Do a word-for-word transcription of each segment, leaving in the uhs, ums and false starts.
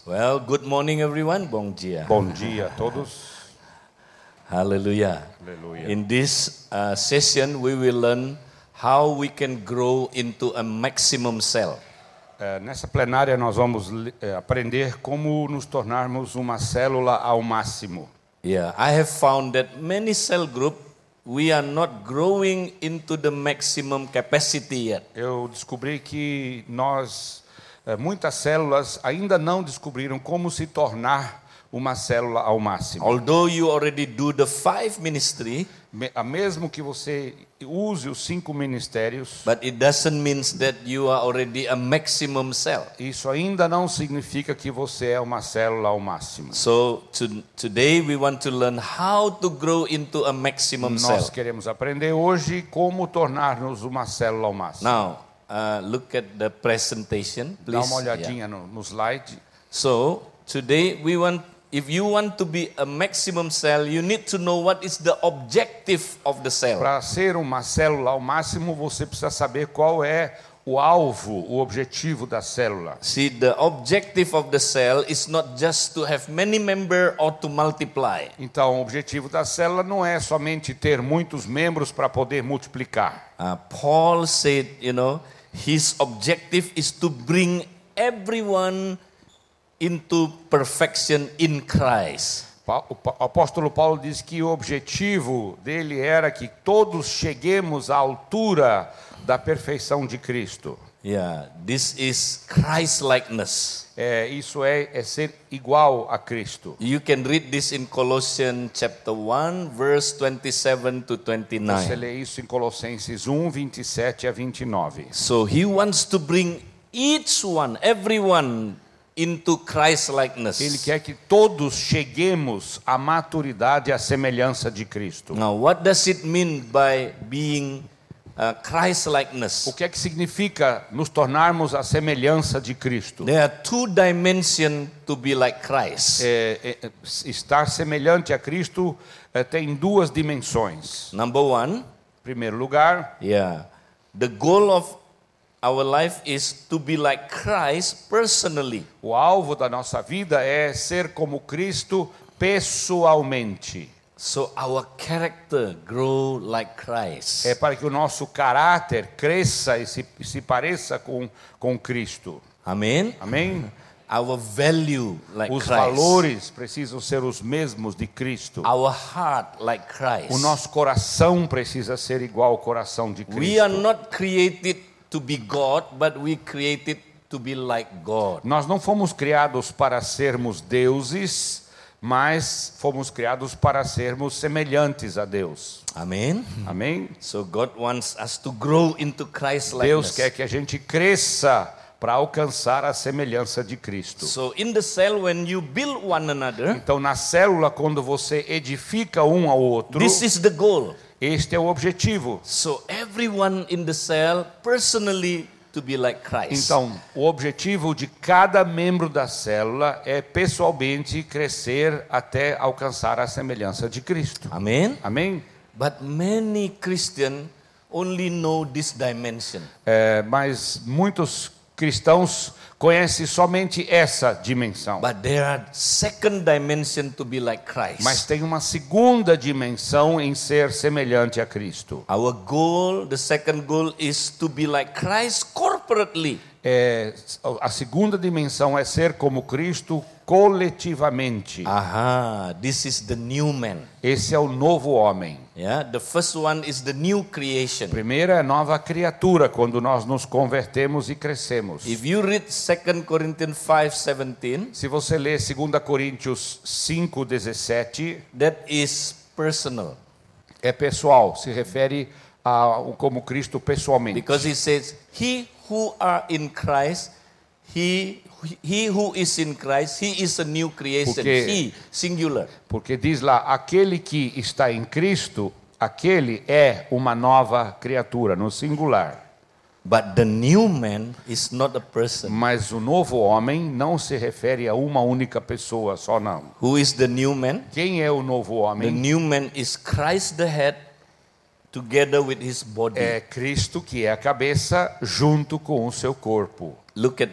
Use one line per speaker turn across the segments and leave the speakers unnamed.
Well, good morning everyone. Bom dia.
Bom dia a todos.
Hallelujah.
Aleluia.
In this uh, session we will learn how we can grow into a maximum cell.
É, nessa plenária nós vamos é, aprender como nos tornarmos uma célula ao máximo.
Yeah, I have found that many cell group we are not growing into the maximum capacity yet.
Eu descobri que nós, é, muitas células ainda não descobriram como se tornar uma célula ao máximo.
Although you already do the five ministry,
Me- Mesmo que você use os cinco ministérios,
but it doesn't mean that you are already a maximum cell.
isso ainda não significa que você é uma célula ao máximo.
So to, today we want to learn how to grow into a maximum
Nós
cell.
queremos aprender hoje como tornar-nos uma célula ao máximo.
Now, uh, look at the presentation,
Dá
please.
uma
Yeah.
olhadinha no, no slide.
So today we want, if you want to be a maximum cell, you need to know what is the objective of the cell.
Para ser uma célula ao máximo, você precisa saber qual é o alvo, o objetivo da célula.
See, the objective of the cell is not just to have many members or to multiply.
Então, o objetivo da célula não é somente ter muitos membros para poder multiplicar.
Uh, Paul said, you know, his objective is to bring everyone into perfection in Christ.
Pa- O pa- o apóstolo Paulo diz que o objetivo dele era que todos cheguemos à altura da perfeição de Cristo.
Yeah, this is Christ-likeness.
É, isso é, é ser igual a Cristo.
You can read this in Colossians chapter one, verse twenty-seven to
Você
twenty-nine.
lê isso em Colossenses um, vinte e sete a vinte e nove.
So he wants to bring each one, everyone, into Christ-likeness.
Ele quer que todos cheguemos à maturidade e à semelhança de Cristo.
Now, what does it mean by being uh, Christ-likeness?
O que é que significa nos tornarmos à semelhança de Cristo?
There are two dimensions to be like Christ.
É, é, estar semelhante a Cristo é, tem duas dimensões.
Number one,
Em primeiro lugar,
yeah, the goal of our life is to be like Christ personally.
o alvo da nossa vida é ser como Cristo pessoalmente.
So our character grow like Christ.
É para que o nosso caráter cresça e se, se pareça com, com Cristo.
Amen.
Amém?
Our value like
Os
Christ.
valores precisam ser os mesmos de Cristo.
Our heart like Christ.
O nosso coração precisa ser igual ao coração de
We are
Cristo.
not created to be God, but we created to be like God.
Nós não fomos criados para sermos deuses, mas fomos criados para sermos semelhantes a Deus.
Amen.
Amém?
So God wants us to grow into Christ
Deus quer
likeness.
que a gente cresça para alcançar a semelhança de Cristo.
So in the cell, when you build one another,
Então, na célula, quando você edifica um ao outro,
this is the goal.
este é o objetivo.
So everyone in the cell personally to be like Christ.
Então, o objetivo de cada membro da célula é pessoalmente crescer até alcançar a semelhança de Cristo.
Amen.
Amém?
But many Christians only know this dimension.
É, mas muitos cristãos conhecem somente essa dimensão.
But there are second dimension to be like Christ.
Mas tem uma segunda dimensão em ser semelhante a Cristo.
Our goal, the second goal is to be like Christ corporately.
É, a segunda dimensão é ser como Cristo coletivamente.
Aha, this is the new man.
Esse é o novo homem.
Yeah, the first one is the new creation.
Primeiro é a nova criatura, quando nós nos convertemos e crescemos.
If you read Second Corinthians five seventeen,
Se você ler dois Coríntios cinco, dezessete,
that is personal.
é pessoal, se refere a como Cristo pessoalmente.
Because it says, he who are in Christ, he he who is in Christ, he is a new creation.
Porque-
He, singular.
Porque diz lá, aquele que está em Cristo, aquele é uma nova criatura, no singular.
But the new man is not a person.
Mas o novo homem não se refere a uma única pessoa só, não.
Who is the new man?
Quem é o novo
The
homem?
new man is Christ the head together with his body.
É Cristo que é a cabeça junto com o seu corpo.
Look at me.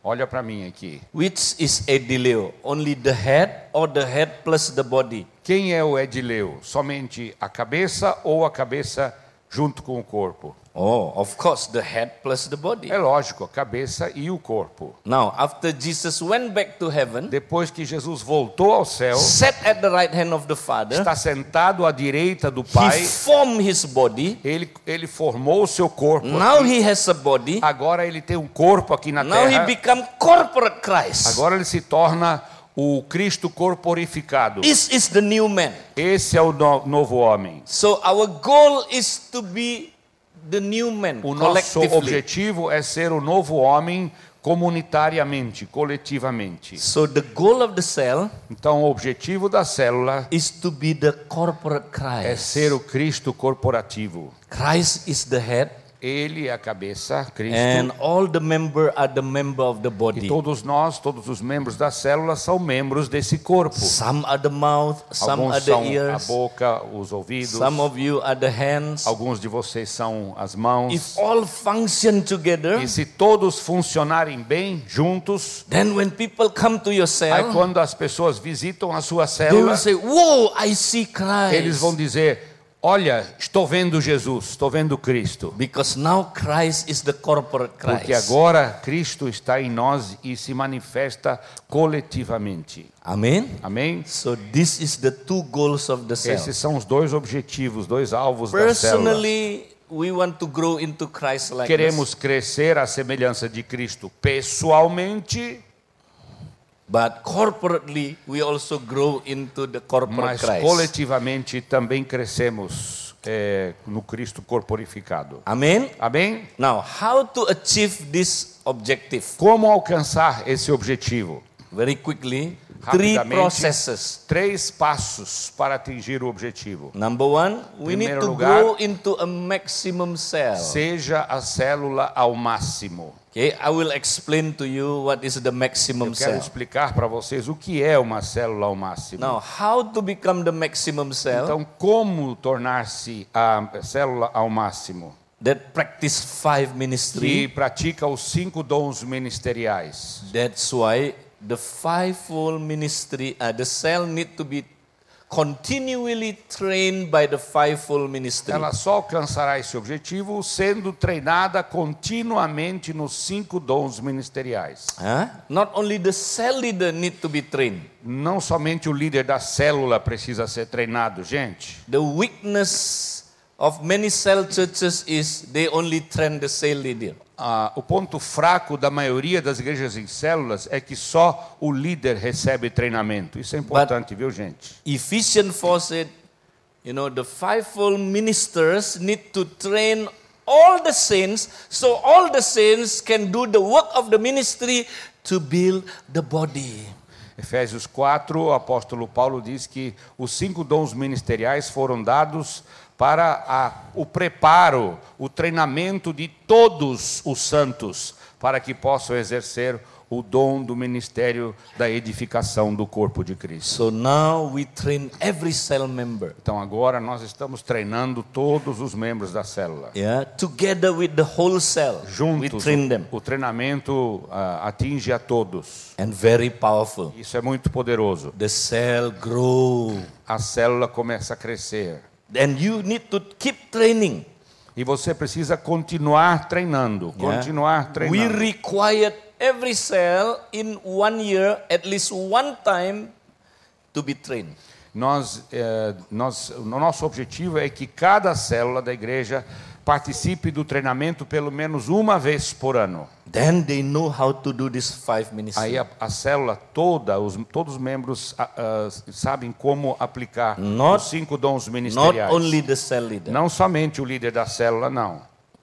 Olha para mim aqui.
Which is Edileo? Only the head or the head plus the body?
Quem é o edileu? Somente a cabeça ou a cabeça junto com o corpo?
Oh, of course, the head plus the body.
É lógico, a cabeça e o corpo.
Now, after Jesus went back to heaven,
Depois que Jesus voltou ao céu,
sat at the right hand of the Father,
está sentado à direita do
he
Pai,
formed his body.
ele, ele formou o seu corpo.
Now
aqui.
he has a body.
Agora ele tem um corpo aqui na
Now he
terra.
become corporate Christ.
Agora ele se torna o Cristo corporificado.
This is the new man.
Esse é o no, novo homem.
So our goal is to be the new man
O nosso
collectively.
objetivo é ser o novo homem comunitariamente, coletivamente.
So the goal of the cell
Então o objetivo da célula
is to be the corporate
é
Christ.
ser o Cristo corporativo.
Christ is the head,
Ele é a cabeça, Cristo.
and all the member are the member of the
E
body.
todos nós, todos os membros da célula são membros desse corpo.
Some are the mouth, some are
Alguns
the
são a
ears,
boca, os ouvidos.
some of you are the hands.
Alguns de vocês são as mãos.
If all function together,
E se todos funcionarem bem juntos,
then when people come to your
aí
cell,
quando as pessoas visitam a sua
they will
célula,
say, "Whoa, I see
eles vão
Christ."
dizer: olha, estou vendo Jesus, estou vendo Cristo.
Because now Christ is the corporate
Porque
Christ.
agora Cristo está em nós e se manifesta coletivamente.
Amen.
Amém?
So this is the two goals of the cell.
Esses são os dois objetivos, dois alvos da célula.
Personally, we want to grow into Christ likeness.
Queremos crescer à semelhança de Cristo pessoalmente,
But corporately, we also grow into the corporate
mas
Christ.
coletivamente também crescemos é, no Cristo corporificado.
Amen.
Amém?
Now, how to achieve this objective?
Como alcançar esse objetivo?
Very quickly, three
Rapidamente,
processes.
três passos para atingir o objetivo.
Number one, we need
Primeiro
to
lugar,
grow into a maximum cell.
Seja a célula ao máximo.
Okay, I will explain to you what is the maximum
Eu quero
cell.
explicar para vocês o que é uma célula ao máximo.
Now, how to become the maximum cell
Então, como tornar-se a célula ao máximo?
that practice five
Que
ministry?
pratica os cinco dons ministeriais.
That's why the fivefold ministry, uh, the cell need to be continually trained by the fivefold ministry.
Ela só alcançará esse objetivo sendo treinada continuamente nos cinco dons ministeriais.
Huh? Not only the cell leader need to be trained.
Não somente o líder da célula precisa ser treinado, gente.
The weakness of many cell churches is they only train the cell leader.
Ah, o ponto fraco da maioria das igrejas em células é que só o líder recebe treinamento. Isso é importante, viu, gente?
Ephesians four said, you know, the fivefold ministers need to train all the saints so all the saints can do the work of the ministry to build the body.
Efésios quatro, o apóstolo Paulo diz que os cinco dons ministeriais foram dados para a, o preparo, o treinamento de todos os santos, para que possam exercer o dom do ministério da edificação do corpo de Cristo.
So now we train every cell member.
Então agora nós estamos treinando todos os membros da célula.
Yeah, together with the whole cell, we
Juntos,
train them.
o, o treinamento ah, atinge a todos.
And very powerful.
Isso é muito poderoso.
The cell grow.
A célula começa a crescer.
And you need to keep training.
E você precisa continuar treinando,
Yeah.
continuar
We
treinando.
require every cell in one year, at least one time, to be trained.
Nós, eh, nós, o nosso objetivo é que cada célula da igreja participe do treinamento pelo menos uma vez por ano.
Then they know how to do this five ministry.
Aí a, a célula toda, os, todos os membros ah, ah, sabem como aplicar
Not-
os cinco dons
Not
ministeriais.
only the cell leader,
Não somente o líder da célula, não,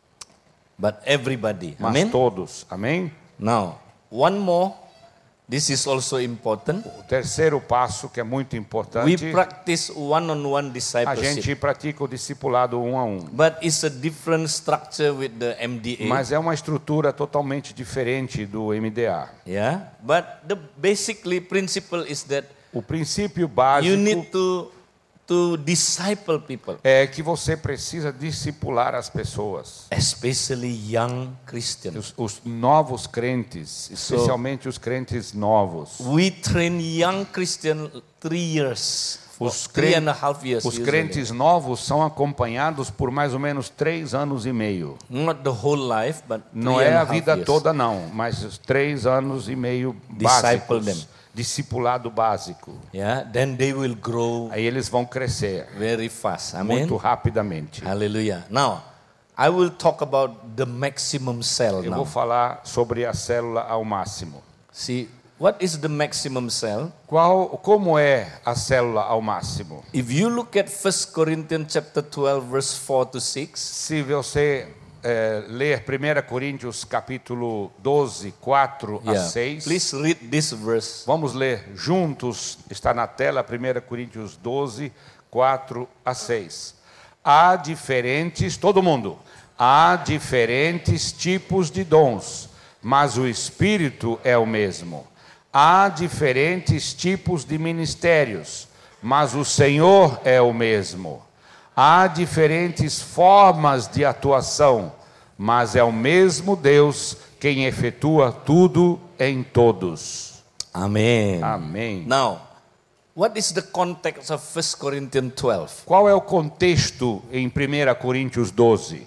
but everybody.
mas
Amen.
todos. Amém?
Now, one more. This is also important.
O terceiro passo, que é muito
We
importante,
practice one-on-one
a
discipleship.
gente pratica o discipulado um a um.
But it's a different structure with the M D A.
Mas é uma estrutura totalmente diferente do M D A.
Yeah. But the basically principle is that
O princípio
you
básico
need to to disciple people,
é que você precisa discipular as pessoas,
especially young Christians.
os, os novos crentes, especialmente os crentes novos.
We train young Christians three years,
Os,
three
crentes,
and a half years.
os
usually.
crentes novos são acompanhados por mais ou menos três anos e meio.
Not the whole life, but
Não
three
é
and
a
half
vida
years.
toda não, mas os três anos e meio
Disciple
básicos,
them.
discipulado básico.
Yeah, then they will grow
Aí eles vão crescer
very fast. Amen.
muito rapidamente.
Hallelujah. Now, I will talk about the maximum cell
Eu
now.
vou falar sobre a célula ao máximo.
See, what is the maximum cell?
Qual, como é a célula ao máximo?
If you look at First Corinthians chapter twelve, verse four to six,
Se você é, ler primeira Coríntios capítulo doze, quatro a
yeah,
seis,
please read this verse.
vamos ler juntos, está na tela, primeira Coríntios doze, quatro a seis. Há diferentes, todo mundo, há diferentes tipos de dons, mas o Espírito é o mesmo. Há diferentes tipos de ministérios, mas o Senhor é o mesmo. Há diferentes formas de atuação, mas é o mesmo Deus quem efetua tudo em todos.
Amen.
Amém.
Now, what is the context of First Corinthians twelve?
Qual é o contexto em primeira Coríntios doze?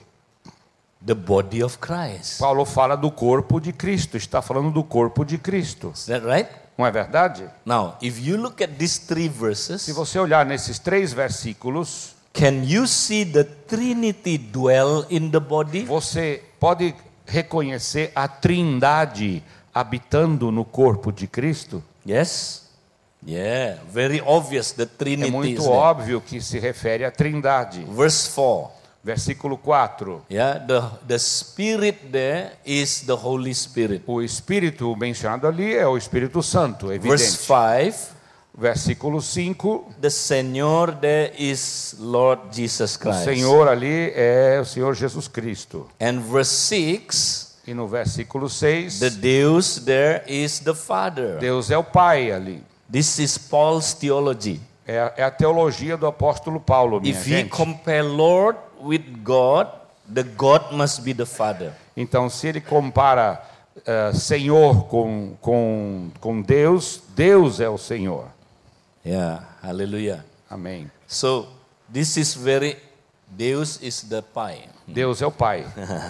The body of Christ.
Paulo fala do corpo de Cristo, está falando do corpo de Cristo.
Is that right?
Não é verdade?
Now, if you look at these three
Se
verses,
você olhar nesses três versículos,
can you see the Trinity dwell in the body?
você pode reconhecer a Trindade habitando no corpo de Cristo?
Yes? Yeah, very obvious the
É
Trinity
muito
is there.
óbvio que se refere à Trindade.
Verse four.
Versículo quatro.
Yeah, the, the Spirit there is the Holy Spirit.
O Espírito mencionado ali é o Espírito Santo,
Verse
evidente.
five.
Versículo cinco.
The Senor there is Lord Jesus
O
Christ.
Senhor ali é o Senhor Jesus Cristo.
And verse six.
E no versículo seis,
The Deus there is the Father.
Deus é o Pai ali.
This is Paul's theology.
É a, é a teologia do apóstolo Paulo, minha
If we
gente.
compare Lord with God, the God must be the Father.
Então, se ele compara uh, Senhor com, com, com Deus, Deus é o Senhor.
Yeah, hallelujah.
Amém.
So, this is very, Deus is the Pai.
Deus é o Pai.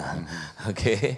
Okay?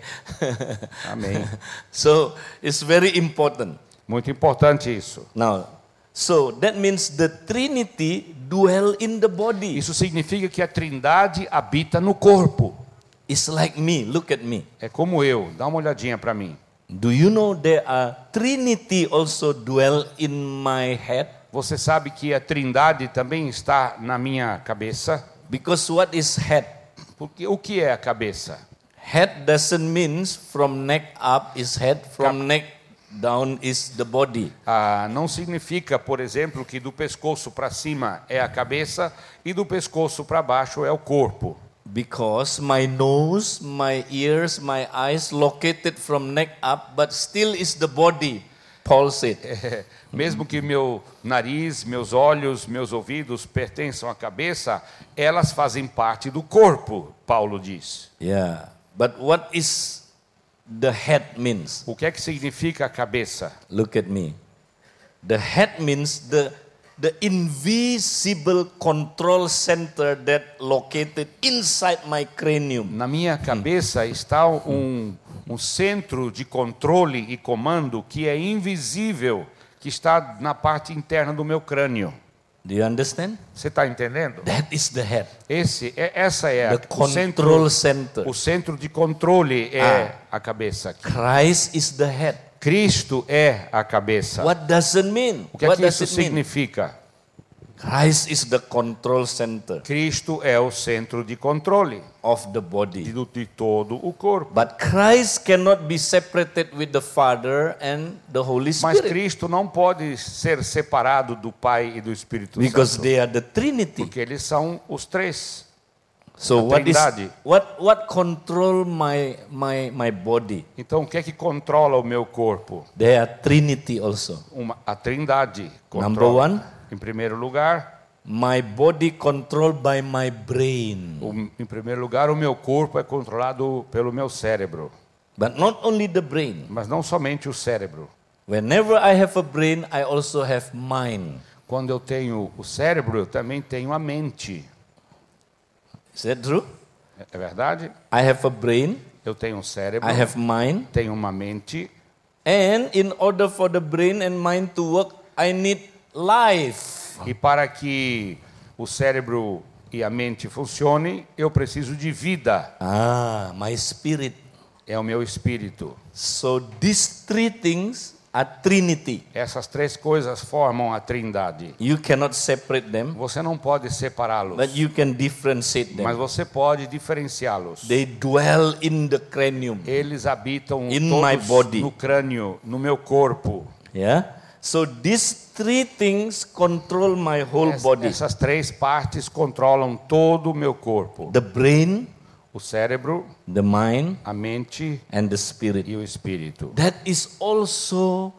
Amém.
So, it's very important.
Muito importante isso.
Now, so that means the Trinity dwell in the body.
Isso significa que a Trindade habita no corpo.
It's like me, look at me.
É como eu. Dá uma olhadinha para mim.
Do you know there are Trinity also dwell in my head?
Você sabe que a Trindade também está na minha cabeça?
Because what is head?
Porque o que é a cabeça?
Head doesn't mean from neck up is head, from neck down is the body.
Ah, não significa, por exemplo, que do pescoço para cima é a cabeça e do pescoço para baixo é o corpo.
Because my nose, my ears, my eyes located from neck up, but still is the body, Paul said.
É, mesmo que meu nariz, meus olhos, meus ouvidos pertençam à cabeça, elas fazem parte do corpo, Paulo diz.
Yeah, but what is the head means?
O que é que significa a cabeça?
Look at me. The head means the the invisible control center that located inside my cranium.
Na minha cabeça está um, um centro de controle e comando que é invisível, que está na parte interna do meu crânio.
Do you understand?
Você está entendendo?
That is the head.
Esse, é, essa é a,
The
o, centro,
control center.
o centro de controle é a cabeça aqui.
Christ is the head.
Cristo é a cabeça.
What does it mean?
O que é
What
que
does
isso
it mean?
significa?
Christ is the control center
Cristo é o centro de controle
of the body.
de, de todo o corpo.
But Christ cannot be separated with the Father and the Holy
Mas
Spirit
Cristo não pode ser separado do Pai e do Espírito
because
Santo,
they are the Trinity.
porque eles são os três.
So
a
what is
Trindade.
what what control my my my body?
Então, o que é que controla o meu corpo?
They are Trinity also.
Uma, a Trindade
Number
controla.
one,
Em primeiro lugar,
my body controlled by my brain.
O, em primeiro lugar, o meu corpo é controlado pelo meu cérebro.
But not only the brain.
Mas não somente o cérebro.
Whenever I have a brain, I also have mind.
Quando eu tenho o cérebro, eu também tenho a mente.
Is that true?
É verdade?
I have a brain,
Eu tenho um cérebro,
I have mind,
tenho uma mente,
and in order for the brain and mind to work, I need life.
e para que o cérebro e a mente funcionem, eu preciso de vida.
Ah, my spirit.
É o meu espírito.
So these three things are Trinity.
Essas três coisas formam a Trindade.
You cannot separate them,
Você não pode separá-los,
but you can differentiate
mas
them.
você pode diferenciá-los.
They dwell in the cranium.
Eles habitam
In
todos
my body.
no crânio, no meu corpo.
Yeah. So these three things control my whole
Es-
body.
Essas três partes controlam todo o meu corpo.
The brain,
O cérebro,
the mind,
a mente
and the spirit.
e o espírito.
That is also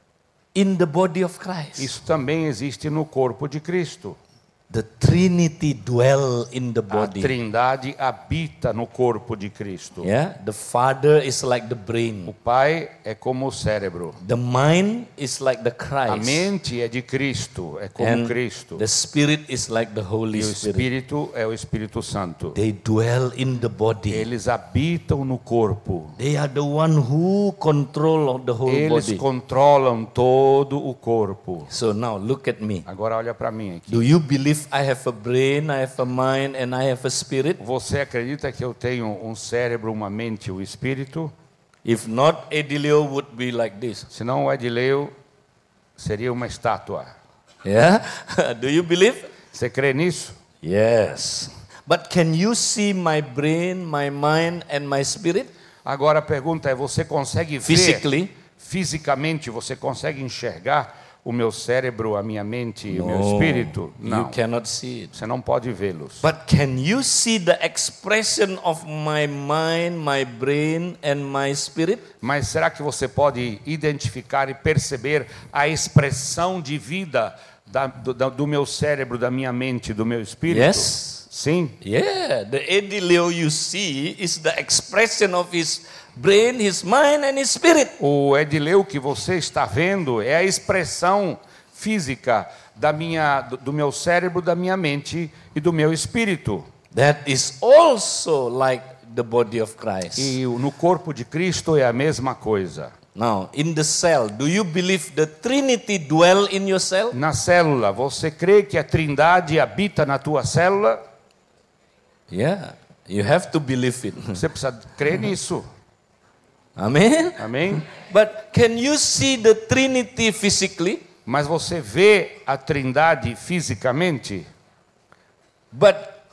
in the body of Christ.
Isso também existe no corpo de Cristo.
The Trinity dwell in the
A
body.
Trindade habita no corpo de Cristo.
Yeah, the Father is like the
O
brain.
Pai é como o cérebro.
The mind is like the
A
Christ.
mente é de Cristo, é como
And
Cristo.
the Spirit is like the Holy
E o
Spirit.
Espírito é o Espírito Santo.
They dwell in the body.
Eles habitam no corpo.
They are the one who control the whole
Eles
body.
controlam todo o corpo.
So now look at me.
Agora olha para mim aqui.
Do you believe I have a brain, I have a mind, and I have a spirit?
Você acredita que eu tenho um cérebro, uma mente e um espírito?
If not, Edilio would be like this.
Senão o Edileu seria uma estátua.
Yeah? Do you believe?
Você crê nisso?
Yes. But can you see my brain, my mind, and my spirit?
Agora a pergunta é: você consegue ver
Physically?
fisicamente? Você consegue enxergar o meu cérebro, a minha mente e o meu espírito?
You
Não.
cannot see it.
Você não pode vê-los.
But can you see the expression of my mind, my brain, and my spirit?
Mas será que você pode identificar e perceber a expressão de vida da, do, da- do meu cérebro, da minha mente, do meu espírito?
Yes.
Sim.
Yeah, the Edilio you see is the expression of his brain, his mind, and his spirit.
O Edileu que você está vendo é a expressão física da minha, do, do meu cérebro, da minha mente e do meu espírito.
That is also like the body of Christ.
E o- no corpo de Cristo é a mesma coisa.
Now, in the cell, do you believe the Trinity dwell in your cell?
Na célula, você crê que a Trindade habita na tua célula?
Yeah, you have to believe it.
Você precisa crer nisso.
Amen.
Amém?
But can you see the Trinity physically?
Mas você vê a Trindade fisicamente?
But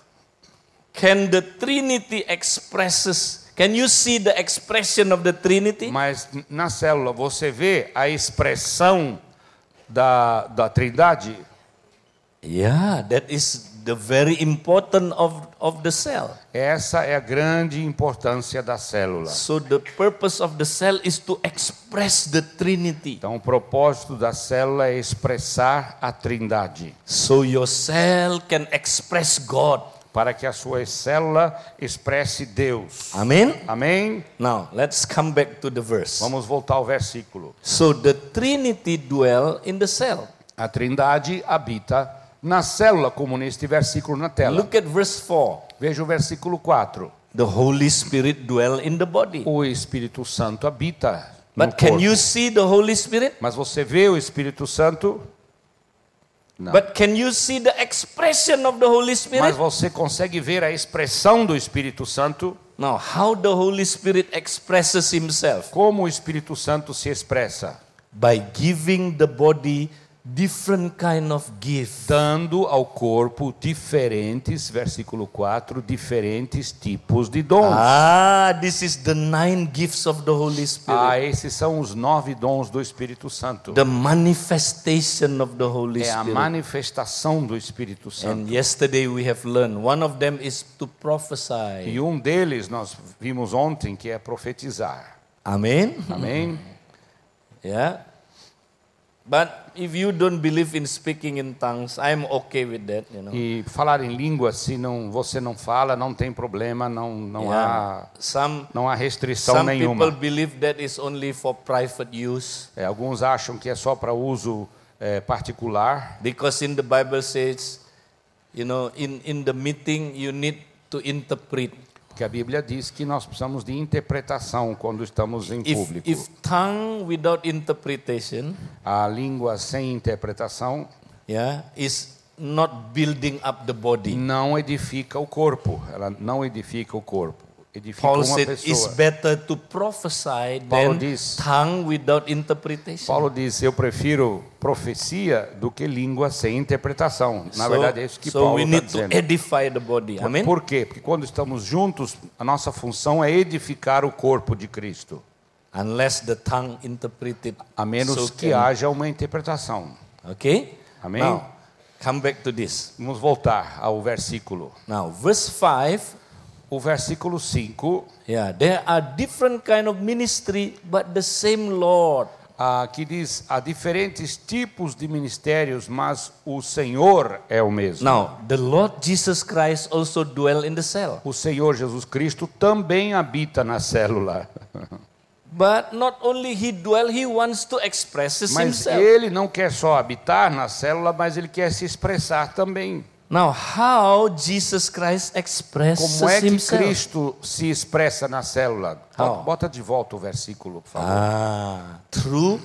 can the Trinity expresses? Can you see the expression of the Trinity?
Mas na célula você vê a expressão da, da Trindade?
Yeah, that is the very important of, of the cell.
Essa é a grande importância da célula.
So the purpose of the cell is to express the Trinity.
Então o propósito da célula é expressar a Trindade,
So your cell can express God.
para que a sua célula expresse Deus.
Amen.
Amém?
Now, let's come back to the verse.
Vamos voltar ao versículo.
So the Trinity dwell in the cell.
A Trindade habita na célula, como neste versículo na tela.
Look at verse four.
Veja o versículo quatro.
The Holy Spirit dwell in the body.
O Espírito Santo habita no
But can
corpo.
you see the Holy Spirit?
Mas você vê o Espírito Santo? Não.
But can you see the expression of the Holy
Mas
Spirit?
você consegue ver a expressão do Espírito Santo?
Now, how the Holy Spirit expresses himself?
Como o Espírito Santo se expressa?
By giving the body different kind of gift.
Dando ao corpo diferentes, versículo quatro, diferentes tipos de dons.
Ah, this is the nine gifts of the Holy Spirit.
Ah, esses são os nove dons do Espírito Santo.
The manifestation of the Holy
É a
Spirit.
manifestação do Espírito Santo.
And yesterday we have learned one of them is to prophesy.
E um deles nós vimos ontem, que é profetizar.
Amen.
Amém?
Yeah. But if you don't believe in speaking in tongues, I'm okay with that, you know.
E falar em língua, se não, você não fala, não tem problema, não, não,
Yeah.
há,
Some
não há restrição
some people
nenhuma.
believe that is only for private use,
É, alguns acham que é só para uso é, particular,
because in the Bible says, you know, in in the meeting you need to interpret.
porque a Bíblia diz que nós precisamos de interpretação quando estamos em
If
público.
if tongue without interpretation,
A língua sem interpretação
yeah, is not building up the body.
não edifica o corpo, ela não edifica o corpo, edifica
Paul
uma
said it's
pessoa.
better to prophesy
Paulo
than
diz-
tongue without interpretation.
Paulo diz, eu prefiro profecia do que língua sem interpretação. Na
so,
verdade, é isso que
so
Paulo
we
está
need to
dizendo.
edify the body.
Por,
Amen.
por quê? Porque quando estamos juntos, a nossa função é edificar o corpo de Cristo,
Unless the tongue interpreted.
a menos
so
que
can-
haja uma interpretação.
Okay?
Amém?
Now, come back to this.
Vamos voltar ao versículo.
Now, verse five,
O versículo cinco,
yeah, there are different kind of ministry, but the same Lord.
ah, que diz, há diferentes tipos de ministérios, mas o Senhor é o mesmo.
Now, the Lord Jesus Christ also dwell in the cell.
O Senhor Jesus Cristo também habita na célula.
But not only he dwell, he wants to express
Mas
himself.
ele não quer só habitar na célula, mas ele quer se expressar também.
Now, how Jesus Christ expresses
Como é que
himself?
Cristo se expressa na célula?
How?
Bota, bota de volta o versículo, por favor.
Ah, through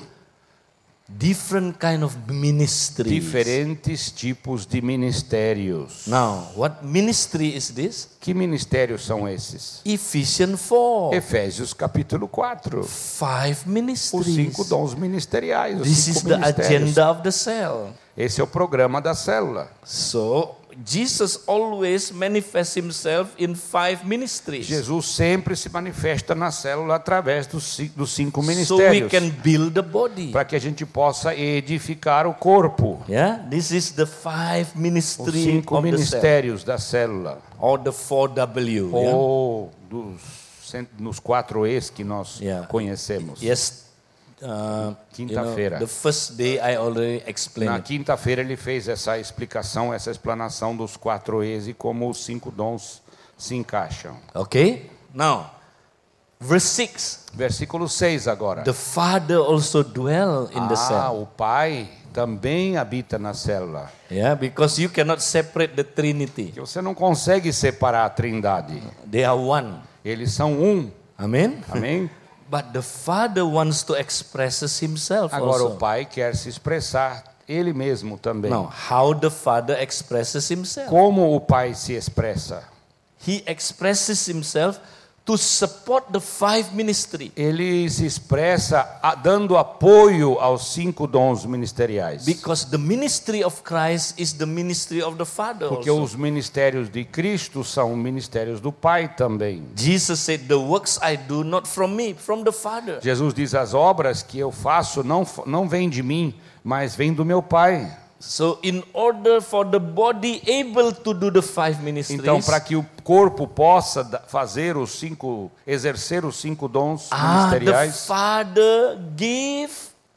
different kind of ministries.
Diferentes tipos de ministérios.
Now, what ministry is this?
Que ministérios são esses?
Ephesians four.
Efésios capítulo quatro.
Five
Os
ministries.
cinco dons ministeriais. Os
This is
cinco
the
ministérios.
agenda of the cell.
Esse é o programa da célula.
So, Jesus always manifests himself in five ministries.
Jesus sempre se manifesta na célula através dos, ci- dos cinco
So we
ministérios.
can build the body.
Para que a gente possa edificar o corpo.
Yeah, this is the five
Os
ministries
cinco
of the cell.
ministérios da célula.
Or the four W. yeah?
Ou dos, cent- nos quatro E's que nós
Yeah.
conhecemos.
Yes. Uh, you know,
Quinta-feira.
the first day I already explained.
Na
it.
quinta-feira ele fez essa explicação, essa explanação dos quatro E's e como os cinco dons se encaixam.
Okay? Now, verse six.
Versículo seis agora.
The Father also dwell in the
Ah,
cell.
o Pai também habita na célula.
Yeah, because you cannot separate the Trinity.
Que você não consegue separar a Trindade.
They are one.
Eles são um.
Amen?
Amém?
But the Father wants to express himself
Agora
also.
o Pai quer se expressar ele mesmo também.
Now, how the Father expresses himself?
Como o Pai se expressa?
He expresses himself to support the five ministry.
Ele se expressa a- dando apoio aos cinco dons ministeriais.
Because the ministry of Christ is the ministry of the Father
Porque
also.
os ministérios de Cristo são ministérios do Pai também.
Jesus said, the works I do not from me, from the Father.
Jesus diz, as obras que eu faço não, f- não vêm de mim, mas vêm do meu Pai.
So in order for the body able to do the five ministries,
Então, para que o corpo possa da- fazer os cinco, exercer os cinco dons
ah, the
ministeriais,
Father give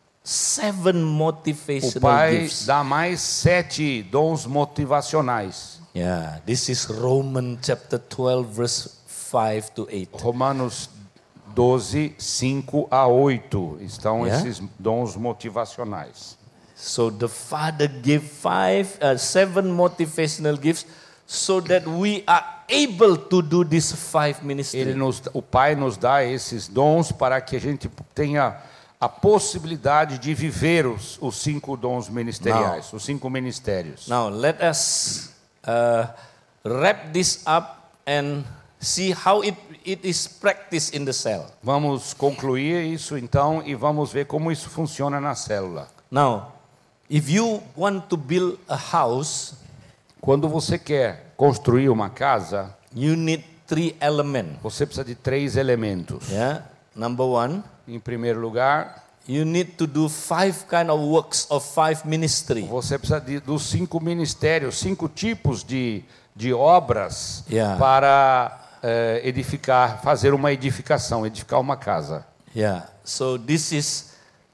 seven
o
motivational
Pai
gifts.
dá mais sete dons motivacionais.
Yeah, this is Romans chapter twelve, verse five to eight.
Romanos doze, cinco a oito estão
Yeah.
esses dons motivacionais.
So the Father gave five, uh, seven motivational gifts, so that we are able to do these five
Ele
ministries.
nos, o Pai nos dá esses dons para que a gente tenha a possibilidade de viver os, os cinco dons ministeriais, os cinco ministérios.
Now let us uh, wrap this up and see how it, it is practiced in the cell.
Vamos concluir isso então e vamos ver como isso funciona na célula.
Now, if you want to build a house,
Quando você quer construir uma casa,
you need three elements.
você precisa de três elementos.
Yeah. Number one,
Em primeiro lugar,
you need to do five kind of works of five ministry.
você precisa de, dos cinco ministérios, cinco tipos de, de obras
Yeah.
para eh, edificar, fazer uma edificação, edificar uma casa.
Yeah. So this is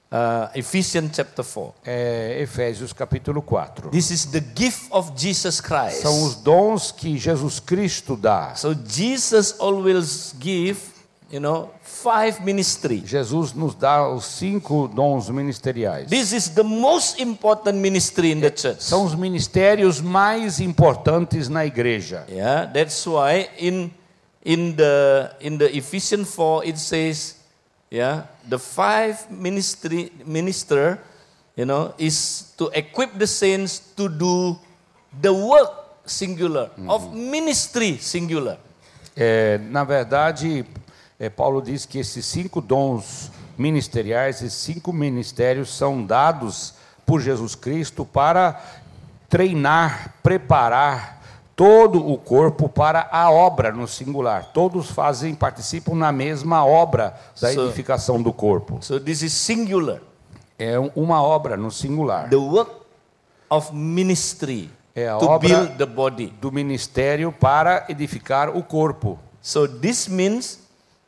uh, Ephesians chapter four.
É Efésios capítulo quatro.
This is the gift of Jesus Christ.
São os dons que Jesus Cristo dá.
So Jesus always give, you know, five ministry.
Jesus nos dá os cinco dons ministeriais.
This is the most important ministry in the church.
São os ministérios mais importantes na igreja.
Yeah, that's why in in the in the Ephesians four it says, yeah, the five ministry minister, you know, is to equip the saints to do the work singular mm-hmm. of ministry singular.
É, na verdade, é, Paulo diz que esses cinco dons ministeriais, esses cinco ministérios são dados por Jesus Cristo para treinar, preparar todo o corpo para a obra no singular. Todos fazem, participam na mesma obra da
So-
edificação do corpo.
So this is singular,
É um- uma obra no singular.
the work of ministry
É a
to
obra
build the body.
do ministério para edificar o corpo.
So this means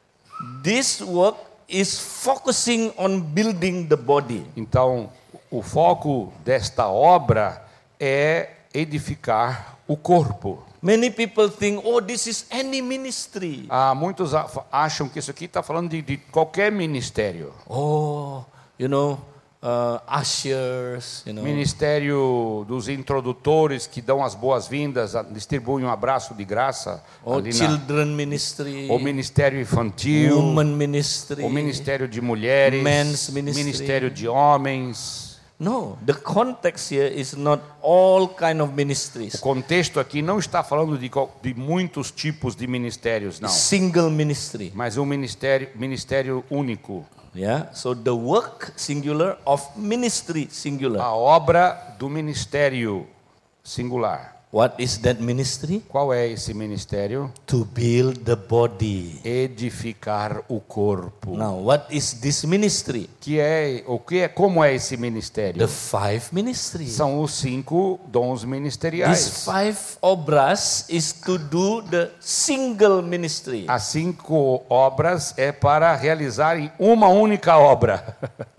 this work is focusing on building the body.
Então, o foco desta obra é edificar o corpo.
Many people think, oh, this is any ministry.
Ah, muitos a- acham que isso aqui está falando de, de qualquer ministério.
Oh, you know, uh, ushers, you know.
Ministério dos introdutores que dão as boas-vindas, a- distribuem um abraço de graça.
Or
ali na-
children ministry,
o ministério infantil,
woman ministry.
o ministério de mulheres,
Men's ministry.
ministério de homens.
No, the context here is not all kind of
O
ministries.
contexto aqui não está falando de, qual- de muitos tipos de ministérios, não.
Single ministry.
Mas um ministério, ministério único.
Yeah. So the work singular of ministry singular.
A obra do ministério singular.
What is that ministry?
Qual é esse ministério?
To build the body.
Edificar o corpo.
Now, what is this ministry?
Que é o que é como é esse ministério?
The five ministries.
São os cinco dons
These
ministeriais.
five obras is to do the single ministry.
As cinco obras é para realizar em uma única obra.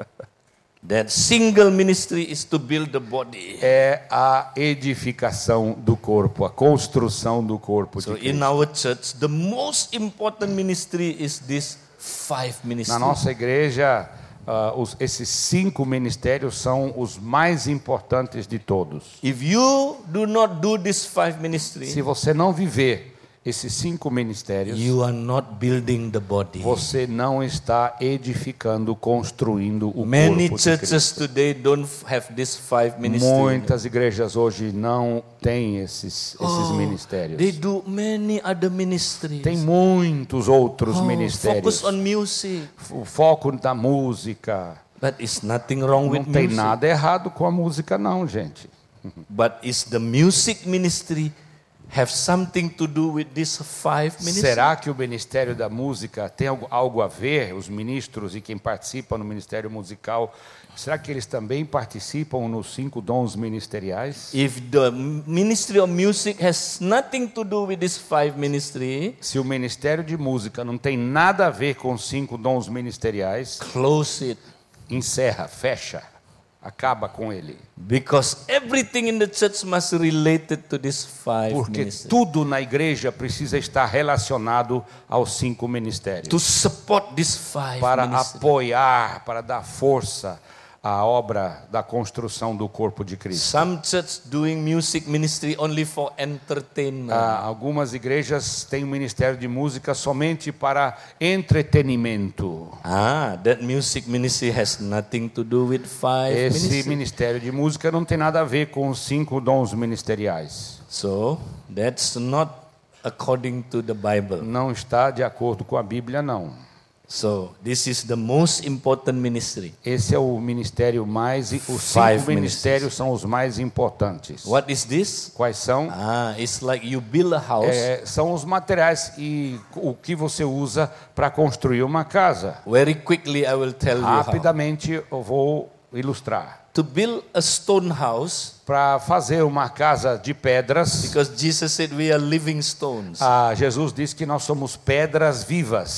That single ministry is to build the body.
É a edificação do corpo, a construção do corpo de
So in
Cristo.
our church, the most important ministry is this five
Na
ministries.
nossa igreja, ah, os- esses cinco ministérios são os mais importantes de todos.
If you do not do these five ministries,
Se você não viver esses cinco ministérios,
you are not building the body.
você não está edificando, construindo o
Many
corpo de
churches
Cristo.
today don't have these five ministries.
Muitas igrejas hoje não têm esses, esses
Oh,
ministérios.
They do many other ministries.
Tem muitos outros
Oh,
ministérios.
focus on music.
O foco da música.
But it's nothing wrong
Não
with
tem
music.
nada errado com a música, não, gente.
But is the music ministry have something to do with these five ministries?
Será que o Ministério da Música tem algo, algo a ver, os ministros e quem participa no Ministério Musical, será que eles também participam nos cinco dons ministeriais?
If the ministry of music has nothing to do with these five ministries,
Se o Ministério de Música não tem nada a ver com os cinco dons ministeriais,
close it.
encerra, fecha, acaba com ele.
Because everything in the church must be related to these five
Porque
ministries.
tudo na igreja precisa estar relacionado aos cinco ministérios.
To support these five
Para
ministries.
apoiar, para dar força à obra da construção do corpo de Cristo.
Some church doing music ministry only for entertainment.
Ah, algumas igrejas têm um ministério de música somente para entretenimento.
Ah, that music ministry has nothing to do with five
Esse
ministries.
ministério de música não tem nada a ver com os cinco dons ministeriais.
So, that's not according to the Bible.
Não está de acordo com a Bíblia, não.
So, this is the most important ministry.
Esse é o ministério mais... Os
Five
cinco ministérios são os mais importantes.
What is this?
Quais são?
Ah, it's like you build a house.
É, são os materiais e o que você usa para construir uma casa.
Very quickly, I will tell you how.
Rapidamente eu vou ilustrar.
To build a stone house,
Para fazer uma casa de pedras,
because Jesus said we are living stones.
ah, Jesus disse que nós somos pedras vivas.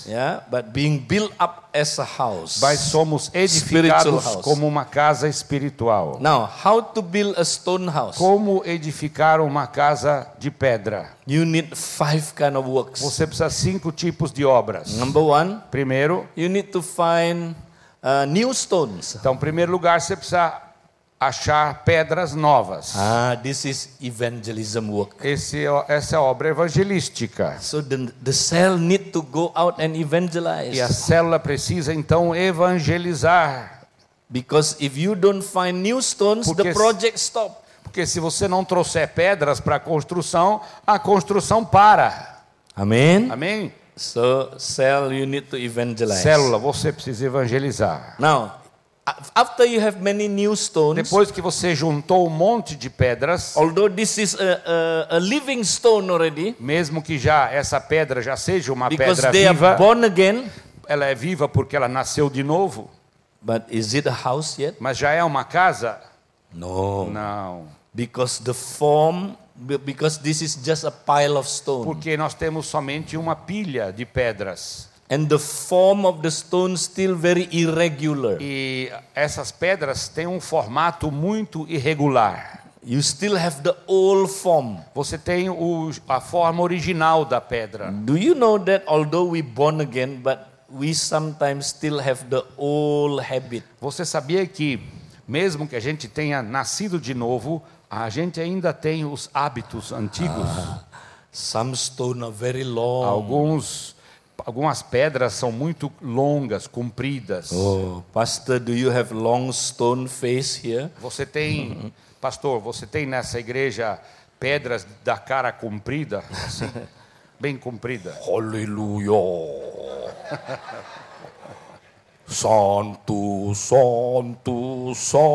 Yeah, but being built up as a house.
Mas somos
Spiritual
edificados
house.
como uma casa espiritual.
Now, how to build a stone house?
Como edificar uma casa de pedra?
You need five kind of works.
Você precisa de cinco tipos de obras.
Number one,
Primeiro,
you need to find uh, new stones.
então, em primeiro lugar, você precisa achar pedras novas.
Ah, this is evangelism work.
Esse, essa é a obra evangelística.
So the, the cell need to go out and evangelize.
E a célula precisa, então, evangelizar.
Because if you don't find new stones,
Porque
the project stop.
Porque se você não trouxer pedras para a construção, a construção para.
Amen.
Amém?
So cell, you need to evangelize.
Célula, você precisa evangelizar.
Now, after you have many new stones,
Depois que você juntou um monte de pedras,
although this is a, a, a living stone already,
mesmo que já essa pedra já seja uma
because
pedra
they
viva,
are born again,
ela é viva porque ela nasceu de novo,
but is it a house yet?
mas já é uma casa?
No.
Não,
Because the form, because this is just a pile of stone.
porque nós temos somente uma pilha de pedras.
And the form of the stone still very irregular.
E essas pedras têm um formato muito irregular.
You still have the old form.
Você tem o, a forma original da pedra.
Do you know that although we born again, but we sometimes still have the old habit?
Você sabia que, mesmo que a gente tenha nascido de novo, a gente ainda tem os hábitos antigos?
Ah, some stone are very long.
Alguns, algumas pedras são muito longas, compridas.
Oh, pastor, do you have long stone face here?
Você tem, pastor, você tem nessa igreja pedras da cara comprida, assim, bem comprida.
Hallelujah. Santo, santo,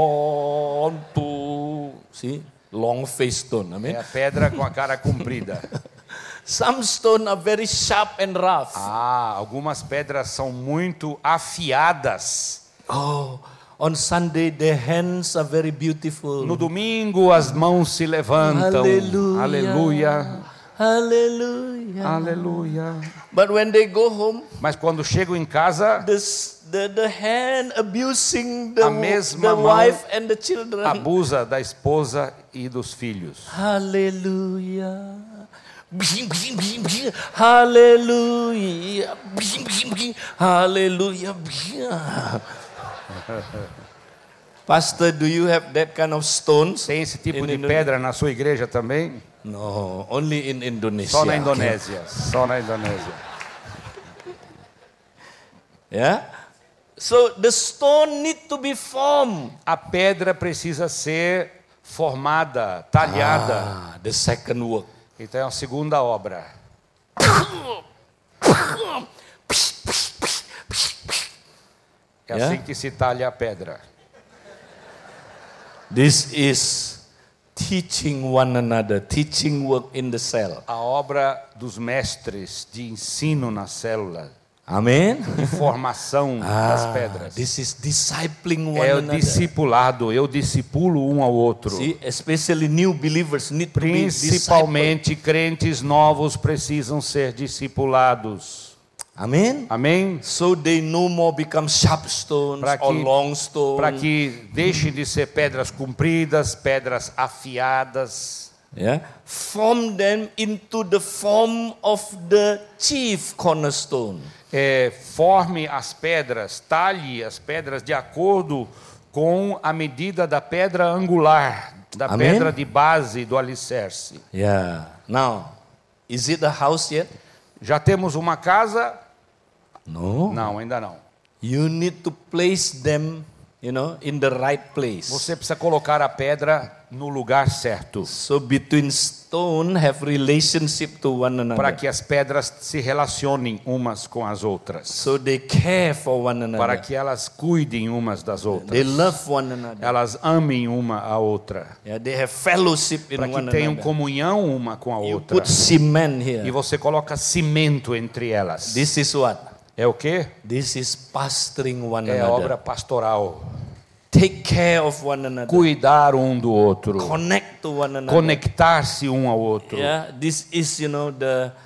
santo. See? Long face stone. I mean,
É a pedra com a cara comprida.
some stone are very sharp and rough.
Ah, algumas pedras são muito afiadas.
Oh, on Sunday their hands are very beautiful.
No domingo as mãos se levantam.
Aleluia.
Aleluia.
Hallelujah.
Aleluia.
But when they go home,
Mas quando chegam em casa,
the, the, the hand abusing the,
A mesma
the
mão
wife and the children.
abusa da esposa e dos filhos.
Hallelujah. Hallelujah. Hallelujah. Pastor, do you have that kind of stones?
Tem esse tipo
In
de
Indo-
pedra na sua igreja também?
No, only in Indonesia.
Só na Indonésia. Só na Indonésia.
Yeah. So the stone need to be formed.
A pedra precisa ser formada, talhada.
Ah, the second work.
Então é a segunda obra. É
Yeah.
assim que se talha a pedra.
This is teaching one another, teaching work in the cell.
A obra dos mestres de ensino na célula,
Amen.
de formação das pedras.
This is discipling one
É o
another.
discipulado, eu discipulo um ao outro.
See, especially new believers need to be discipled.
Principalmente crentes novos precisam ser discipulados.
Amen.
Amém?
So they no more become sharp stones
Para
or
que-
long stones.
Para que deixem de ser pedras compridas, pedras afiadas.
Yeah. Form them into the form of the chief cornerstone.
É, forme as pedras, talhe as pedras de acordo com a medida da pedra angular, da
Amém?
pedra de base do alicerce.
Yeah. Now, is it a house yet?
Já temos uma casa?
No.
Não, ainda não.
You need to place them, you know, in the right place.
Você precisa colocar a pedra no lugar certo,
So between stone have relationship to one another.
para que as pedras se relacionem umas com as outras,
So they care for one another.
para que elas cuidem umas das
They
outras,
love one another.
elas amem uma a outra,
Yeah, they have fellowship in
para
one
que tenham
another.
comunhão uma com a
You
outra.
put cement
E
here.
você coloca cimento entre elas.
This is what?
É o quê?
This is pastoring one
É a
another.
obra pastoral.
Take care of one another.
Cuidar um do outro.
Connect to one another.
Conectar-se um ao outro.
Yeah, this is, you know, the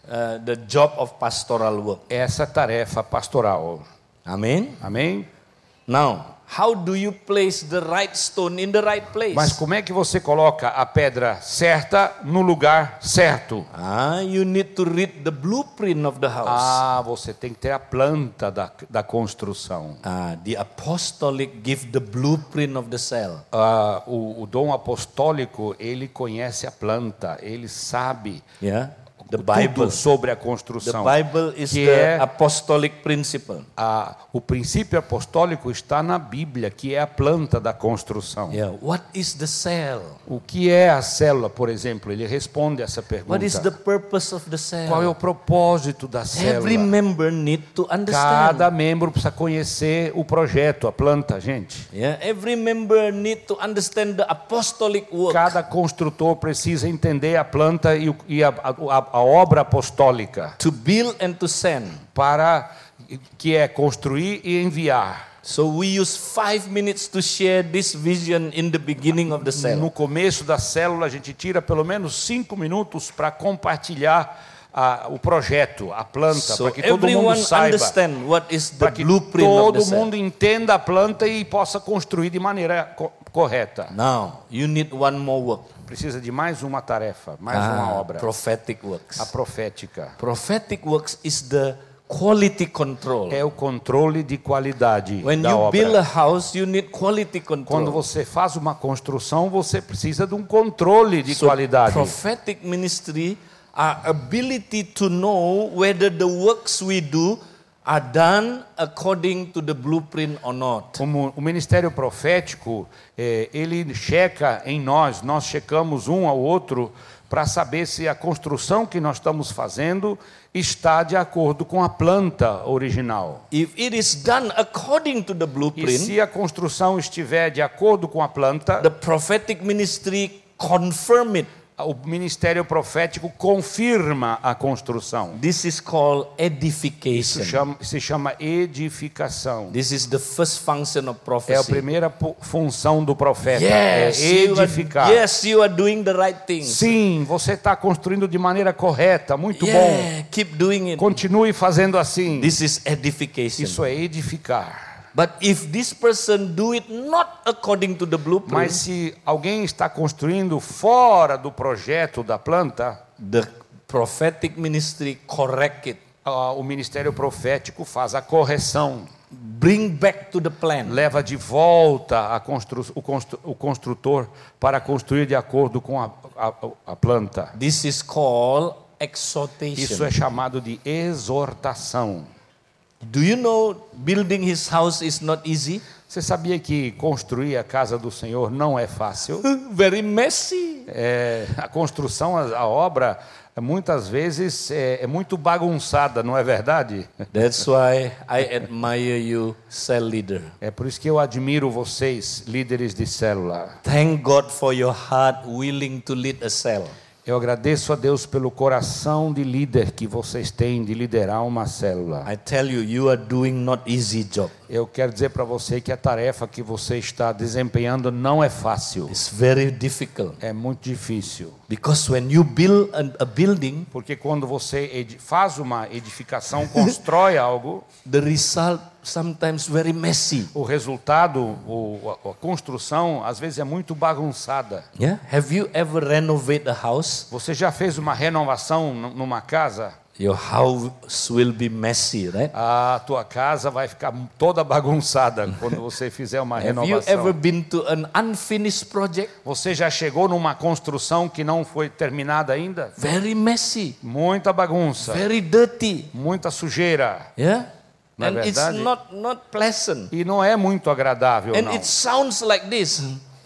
uh, the job of pastoral work.
Essa é a tarefa pastoral.
Amen.
Amém?
Now, how do you place the right stone in the right place?
Mas como é que você coloca a pedra certa no lugar certo?
Ah, you need to read the blueprint of the house.
Ah, você tem que ter a planta da, da construção.
Ah, the apostolic give the blueprint of the cell.
Ah, o, o dom apostólico, ele conhece a planta, ele sabe
Yeah. The
tudo
Bible.
sobre a
The
construção.
Bible is
que
the
é
apostolic principle.
a, o princípio apostólico está na Bíblia, que é a planta da construção.
Yeah. What is the cell?
O que é a célula, por exemplo? Ele responde essa pergunta.
What is the purpose of the cell?
Qual é o propósito da célula?
Every member need to understand.
Cada membro precisa conhecer o projeto, a planta, gente.
Yeah. Every member need to understand the apostolic work.
Cada construtor precisa entender a planta e, o, e a, a, a obra apostólica
To build and to send.
para que é construir e enviar.
So we use five minutes to share this vision in the beginning of the cell.
No começo da célula a gente tira pelo menos cinco minutos para compartilhar a, o projeto, a planta,
So
para que todo mundo
everyone
saiba,
understand what is the
para que
blueprint of
todo
the cell.
mundo entenda a planta e possa construir de maneira co correta.
Now you need one more work.
Precisa de mais uma tarefa, mais uma
Ah,
obra,
prophetic works.
a profética.
Prophetic works is the quality control.
É o controle de qualidade
When
da
you
obra.
build a house, you need quality
Quando
control.
você faz uma construção, você precisa de um controle de
So
qualidade.
prophetic ministry are ability to know whether the works we do are done according to the blueprint or not.
Como o ministério profético, eh, ele checa em nós, nós checamos um ao outro para saber se a construção que nós estamos fazendo está de acordo com a planta original.
If it is done according to the
E
blueprint,
se a construção estiver de acordo com a planta,
the prophetic ministry confirm it.
o ministério profético confirma a construção.
This is called
Isso
edification.
chama, se chama edificação.
This is the first function of
É a
prophecy.
primeira pu- função do profeta,
Yes,
é
you are,
edificar.
yes, you are doing the right things.
Sim, você está construindo de maneira correta, muito bom.
Yeah, keep doing it.
Continue fazendo assim.
This is edification.
Isso é edificar.
But if this person do it not according to the blueprint,
Mas se alguém está construindo fora do projeto da planta,
the prophetic ministry correct it,
ah, o ministério profético faz a correção,
bring back to the plan.
leva de volta a constru o, constru o construtor para construir de acordo com a, a, a planta.
This is called exhortation.
Isso é chamado de exortação.
Do you know building his house is not easy?
Você sabia que construir a casa do Senhor não é fácil?
Very messy.
É, a construção, a, a obra, muitas vezes é, é muito bagunçada, não é verdade?
That's why I admire you, cell leader.
É por isso que eu admiro vocês, líderes de célula.
Thank God for your heart willing to lead a cell.
Eu agradeço a Deus pelo coração de líder que vocês têm de liderar uma célula.
I tell you, you are doing not easy job.
Eu quero dizer para você que a tarefa que você está desempenhando não é fácil.
It's very difficult.
É muito difícil.
Because when you build a, a building,
Porque quando você edi- faz uma edificação, constrói algo,
the result sometimes very messy.
o resultado, o, a, a construção, às vezes é muito bagunçada.
Yeah? Have you ever renovated a house?
Você já fez uma renovação n- numa casa?
Your house will be messy, right?
A tua casa vai ficar toda bagunçada quando você fizer uma
Have you
renovação.
ever been to an unfinished project?
Você já chegou numa construção que não foi terminada ainda?
Very messy,
Muita bagunça,
very dirty.
muita sujeira.
Yeah?
Não é
And it's
verdade?
not, not pleasant.
E não é muito agradável,
And
não.
it sounds like this.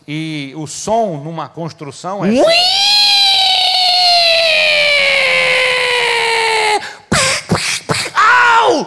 E o som numa construção é...
Ow!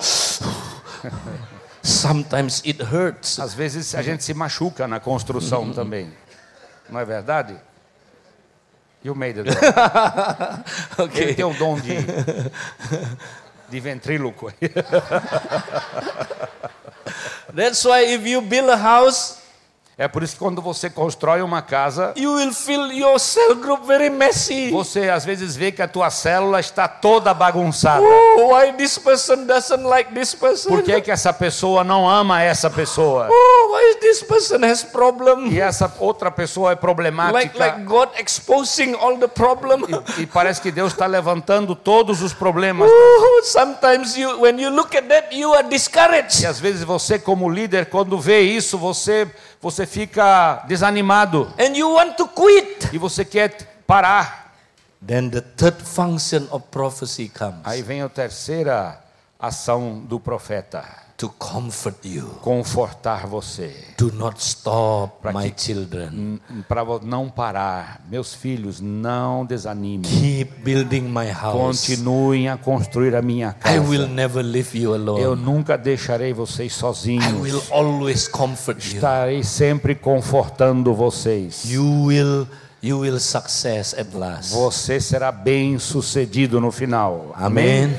Sometimes it hurts.
Às vezes a gente se machuca na construção também. Não é verdade? You made it. Ele
Okay.
tem o dom de, de ventríloco.
That's why if you build a house,
É por isso que quando você constrói uma casa,
you will feel your cell group very messy.
você às vezes vê que a tua célula está toda bagunçada.
Oh, why this person doesn't like this person?
Por que que essa pessoa não ama essa pessoa?
Oh, why this person has problem?
E essa outra pessoa é problemática.
Like like God exposing all the problem.
E, e parece que Deus está levantando todos os problemas.
Oh, sometimes you, when you look at that, you are discouraged.
E às vezes você como líder, quando vê isso, você você fica desanimado.
And you want to quit.
E você quer parar.
Then the third function of prophecy comes.
Aí vem a terceira ação do profeta.
To comfort you.
Confortar você.
Do not stop,
Pra
my
que-
children.
Para não parar. Meus filhos, não desanimem.
Keep building my house.
Continuem a construir a minha casa.
I will never leave you alone.
Eu nunca deixarei vocês sozinhos.
I will always comfort you.
Estarei sempre confortando vocês.
You will, you will success at last.
Você será bem sucedido no final.
Amen.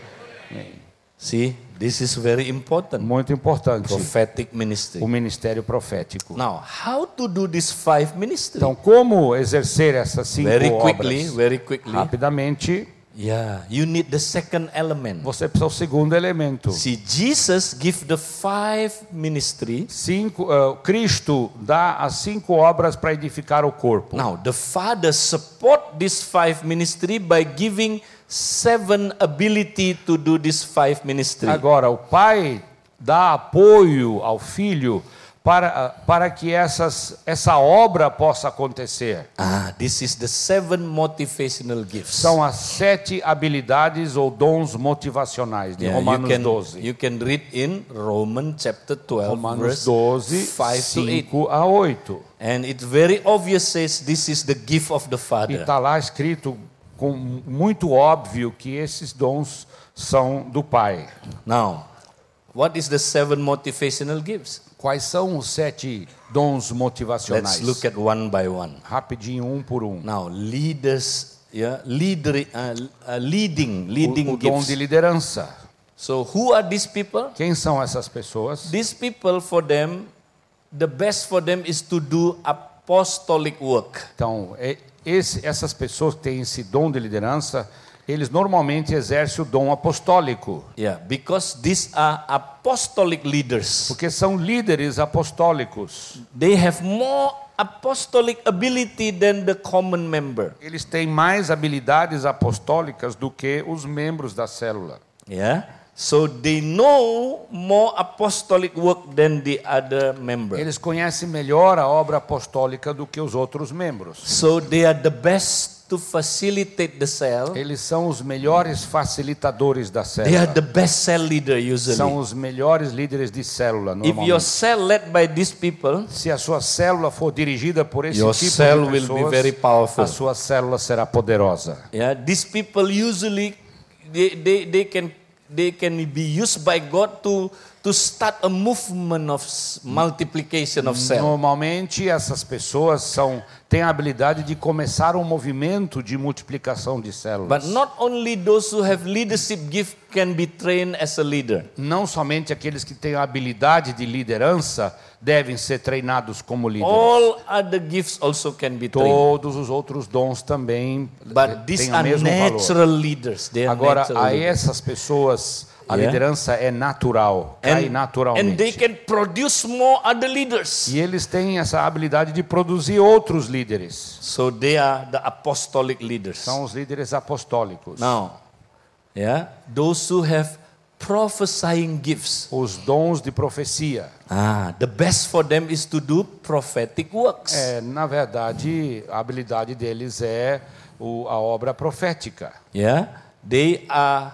See, this is very important.
Muito importante.
Prophetic ministry.
O ministério profético.
Now, how to do this five ministry?
Então, como exercer essas cinco
Very
obras?
quickly, very quickly.
Rapidamente,
Yeah, you need the second element.
você precisa do segundo elemento.
See, Jesus give the five ministry.
Cinco, uh, Cristo dá as cinco obras para edificar o corpo.
Now, the Father support this five ministry by giving seven ability to do this five ministry.
Agora, o Pai dá apoio ao Filho para, para que essas, essa obra possa acontecer.
Ah, this is the seven motivational gifts.
São as sete habilidades ou dons motivacionais de
Yeah, you
Romanos
can
doze.
you can read in Romans chapter twelve,
Romanos
verse
doze,
five to eight,
cinco a oito.
and it very obvious says this is the gift of the
E
Father.
está lá escrito com muito óbvio que esses dons são do Pai.
Now, what is the seven motivational gifts?
Quais são os sete dons motivacionais?
Let's look at one by one.
Rapidinho, um por um.
Now, leaders, yeah, leader, uh, uh, leading, leading
O, o dom
gifts.
de liderança.
So, who are these people?
Quem são essas pessoas?
These people, for them, the best for them is to do apostolic work.
Então, é- esse, essas pessoas que têm esse dom de liderança, eles normalmente exercem o dom apostólico,
Yeah, because these are apostolic leaders.
porque são líderes apostólicos.
They have more apostolic ability than the common member.
Eles têm mais habilidades apostólicas do que os membros da célula.
Yeah. So they know more apostolic work than the other member.
Eles conhecem melhor a obra apostólica do que os outros membros.
So they are the best to facilitate the cell.
Eles são os melhores facilitadores da
They are
célula.
the best cell leader usually.
São os melhores líderes de célula,
If your
normalmente.
cell led by these people,
Se a sua célula for dirigida por esse
your
tipo
cell
de
will be
pessoas,
very powerful.
a sua célula será poderosa.
yeah, these people usually they, they, they can they can be used by God to to start a movement of s- multiplication of cells.
Normalmente essas pessoas são têm a habilidade de começar um movimento de multiplicação de células.
But not only those who have leadership gift can be trained as a leader.
Não somente aqueles que têm a habilidade de liderança devem ser treinados como líderes.
All other gifts also can be trained.
Todos os outros dons também
But these
têm o
are
mesmo valor.
natural leaders. They are
Agora,
natural
a
leaders.
essas pessoas, a
Yeah.
liderança é natural, cai
And, and they
naturalmente.
can produce more other leaders.
E eles têm essa habilidade de produzir outros líderes.
So they are the apostolic leaders.
São os líderes apostólicos.
Now, yeah, those who have prophesying gifts.
Os dons de profecia.
Ah, the best for them is to do prophetic works.
É, na verdade, a habilidade deles é o, a obra profética.
Yeah, they are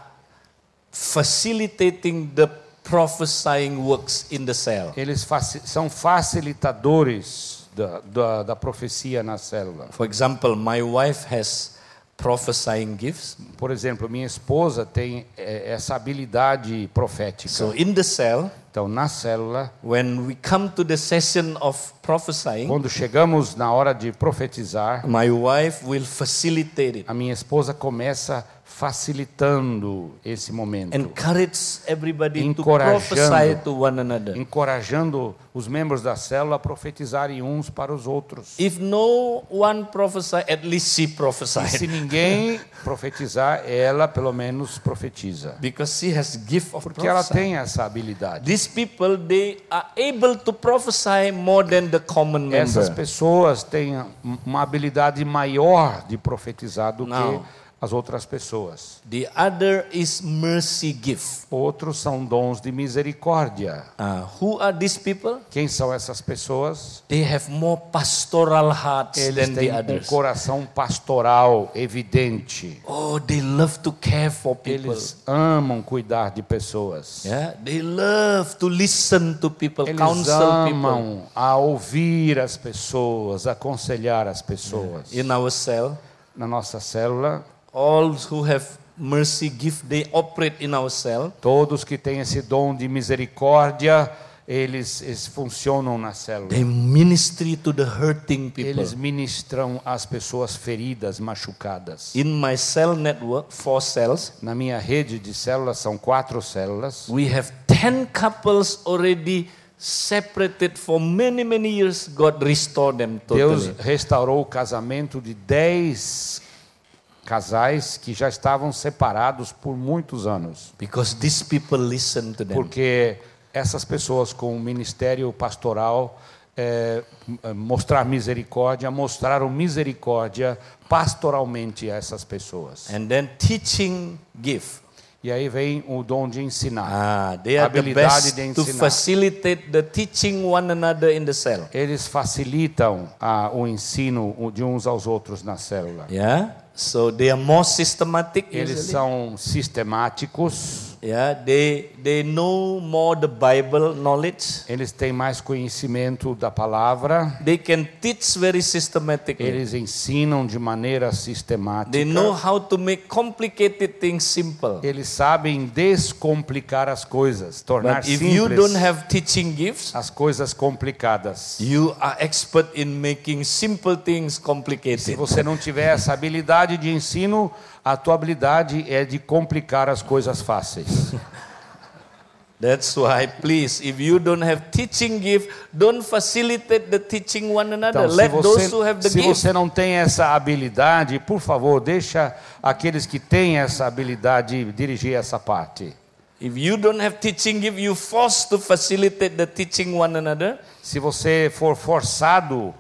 facilitating the prophesying works in the cell.
Eles faci- são facilitadores da, da, da profecia na célula.
For example, my wife has prophesying gifts.
Por exemplo, minha esposa tem é, essa habilidade profética.
So in the cell,
Então, na célula,
when we come to the session of prophesying,
quando chegamos na hora de profetizar,
my wife will facilitate it.
a minha esposa começa facilitando esse momento,
Encourage everybody to
Encorajando.
prophesy to one another.
encorajando os membros da célula a profetizarem uns para os outros.
If no one prophesy, at least she
E se
prophesied.
ninguém profetizar, ela pelo menos profetiza.
Because she has gift of
Porque ela
prophecy.
tem essa habilidade.
These people, they are able to prophesy more than the common
Essas
member.
pessoas têm uma habilidade maior de profetizar do
Não.
que as outras pessoas.
The other is mercy gift.
Outros são dons de misericórdia.
Uh, who are these people?
Quem são essas pessoas?
They have more pastoral hearts
Eles
than the
têm um
others.
coração pastoral evidente.
Oh, they love to care for people.
Eles amam cuidar de pessoas.
Yeah, they love to listen to people,
Eles
counsel people.
amam a ouvir as pessoas, aconselhar as pessoas.
In our cell,
Na nossa célula,
all who have mercy gift, they operate in our cell.
todos que têm esse dom de misericórdia, eles, eles funcionam na célula.
They ministry to the hurting people.
Eles ministram às pessoas feridas, machucadas.
In my cell network, four cells,
Na minha rede de células, são quatro células.
we have ten couples already separated for many, many years. God restored them
Deus
totally.
restaurou o casamento de dez casais que já estavam separados por muitos anos.
Because these people listen to them.
Porque essas pessoas com o ministério pastoral, é, mostrar misericórdia, mostraram misericórdia pastoralmente a essas pessoas.
And then teaching gift.
E aí vem o dom de ensinar.
Ah, they are the
Habilidade
best
de
to
ensinar.
facilitate the teaching one another in the cell.
Eles facilitam ah, o ensino de uns aos outros na célula.
Yeah. So they are more systematic.
Eles
usually.
são sistemáticos.
Yeah. They they know more the Bible knowledge.
Eles têm mais conhecimento da palavra.
They can teach very systematically.
Eles ensinam de maneira sistemática.
They know how to make complicated things simple.
Eles sabem descomplicar as coisas, tornar
But if you don't
simples
have teaching gifts,
as coisas complicadas.
you are expert in making simple things
Se
complicated.
você não tiver essa habilidade de ensino, a tua habilidade é de complicar as coisas fáceis.
That's why, please, if you don't have teaching gift, don't facilitate the teaching one another.
Então, se
Let those
você,
who have the
se
gift.
você não tem essa habilidade, por favor, deixa aqueles que têm essa habilidade dirigir essa parte.
If you don't have teaching gift, you forced to facilitate the teaching one another.
Se você for forçado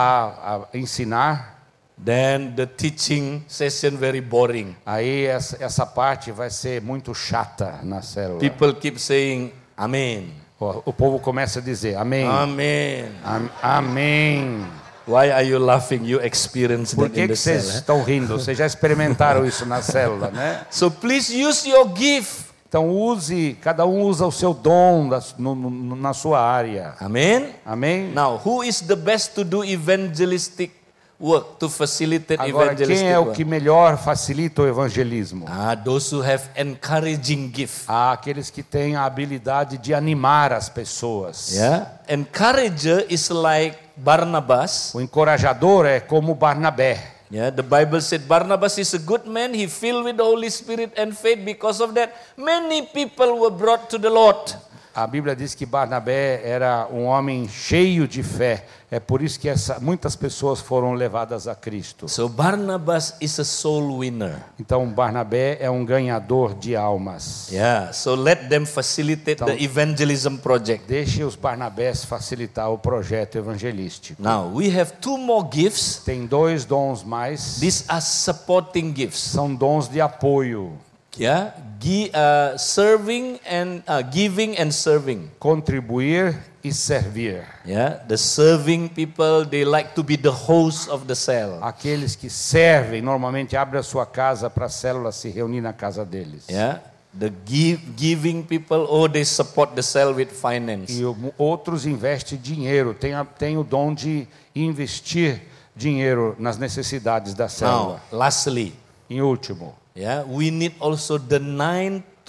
a, a ensinar,
Then the teaching session very boring.
aí essa, essa parte vai ser muito chata na célula.
People keep saying, Amen.
O, o povo começa a dizer amém,
Amen.
am, amém.
Why are you laughing? You experienced
Por
that
que,
in
que
the cell.
vocês
eh?
estão rindo? Vocês já experimentaram isso na célula, né?
So please use your gift.
Então use, cada um usa o seu dom da, no, no, na sua área.
Amen.
Amém?
Now, who is the best to do evangelistic work, to facilitate
Agora,
evangelistic
quem é o
work?
que melhor facilita o evangelismo?
Ah, those who have encouraging gift.
Há aqueles que têm a habilidade de animar as pessoas.
Yeah. Encourager is like Barnabas.
O encorajador é como Barnabé.
Yeah, the Bible said Barnabas is a good man. He filled with the Holy Spirit and faith. Because of that, many people were brought to the Lord.
A Bíblia diz que Barnabé era um homem cheio de fé. É por isso que essa, muitas pessoas foram levadas a Cristo.
So Barnabas is a soul winner.
Então Barnabé é um ganhador de almas.
Yeah, so let them facilitate
Então,
the evangelism project.
Deixe os Barnabés facilitar o projeto evangelístico.
Now, we have two more gifts.
Tem dois dons mais.
These are supporting gifts.
São dons de apoio.
Yeah, Gi- uh, serving and uh, giving and serving.
Contribuir e servir.
Yeah, the serving people, they like to be the host of the cell.
Aqueles que servem normalmente abrem a sua casa para a célula se reunir na casa deles.
Yeah, the give, giving people, oh, they support the cell with finance.
E o- outros investem dinheiro, tem, a, tem o dom de investir dinheiro nas necessidades da célula.
Now, lastly,
Em último,
yeah, we need also the nine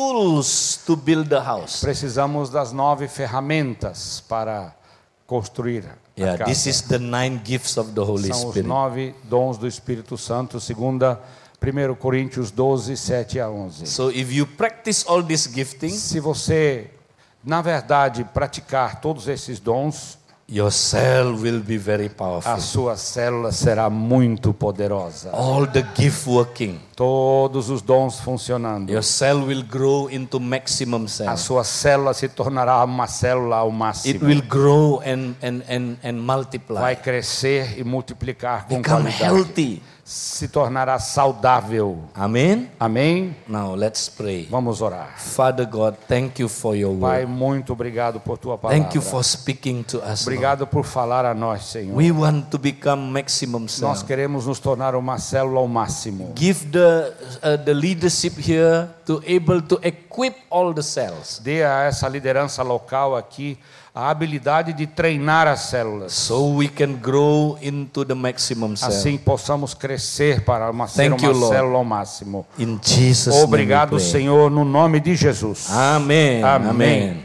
tools to build the house.
Precisamos das nove ferramentas para construir a
Yeah,
casa.
this is the nine gifts of the Holy
São os
Spirit.
nove dons do Espírito Santo, segunda primeira Coríntios doze, sete a onze.
So if you practice all these giftings,
Se você, na verdade, praticar todos esses dons,
your cell will be very
a
powerful.
sua célula será muito poderosa.
All the gift working.
Todos os dons funcionando.
Your cell will grow into maximum
A
cell.
sua célula se tornará uma célula ao
It
máximo.
will grow and, and, and, and
Vai
multiply.
crescer e multiplicar com
Become
qualidade.
healthy.
Se tornará saudável.
Amen.
Amém?
Now let's pray.
Vamos orar.
Father God, thank you for your
Pai,
word.
muito obrigado por tua palavra.
Thank you for speaking to us. Lord.
Obrigado por falar a nós, Senhor.
We want to become maximum cell.
Nós queremos nos tornar uma célula ao máximo.
Give the uh, the leadership here to able to equip all the cells,
Dê a essa liderança local aqui a habilidade de treinar as células.
so we can grow into the maximum cell.
Assim possamos crescer para uma, ser
Thank
uma
you, Lord.
célula ao máximo.
In Jesus'
Obrigado,
name we pray.
Senhor, no nome de Jesus.
Amen.
Amém.
Amen.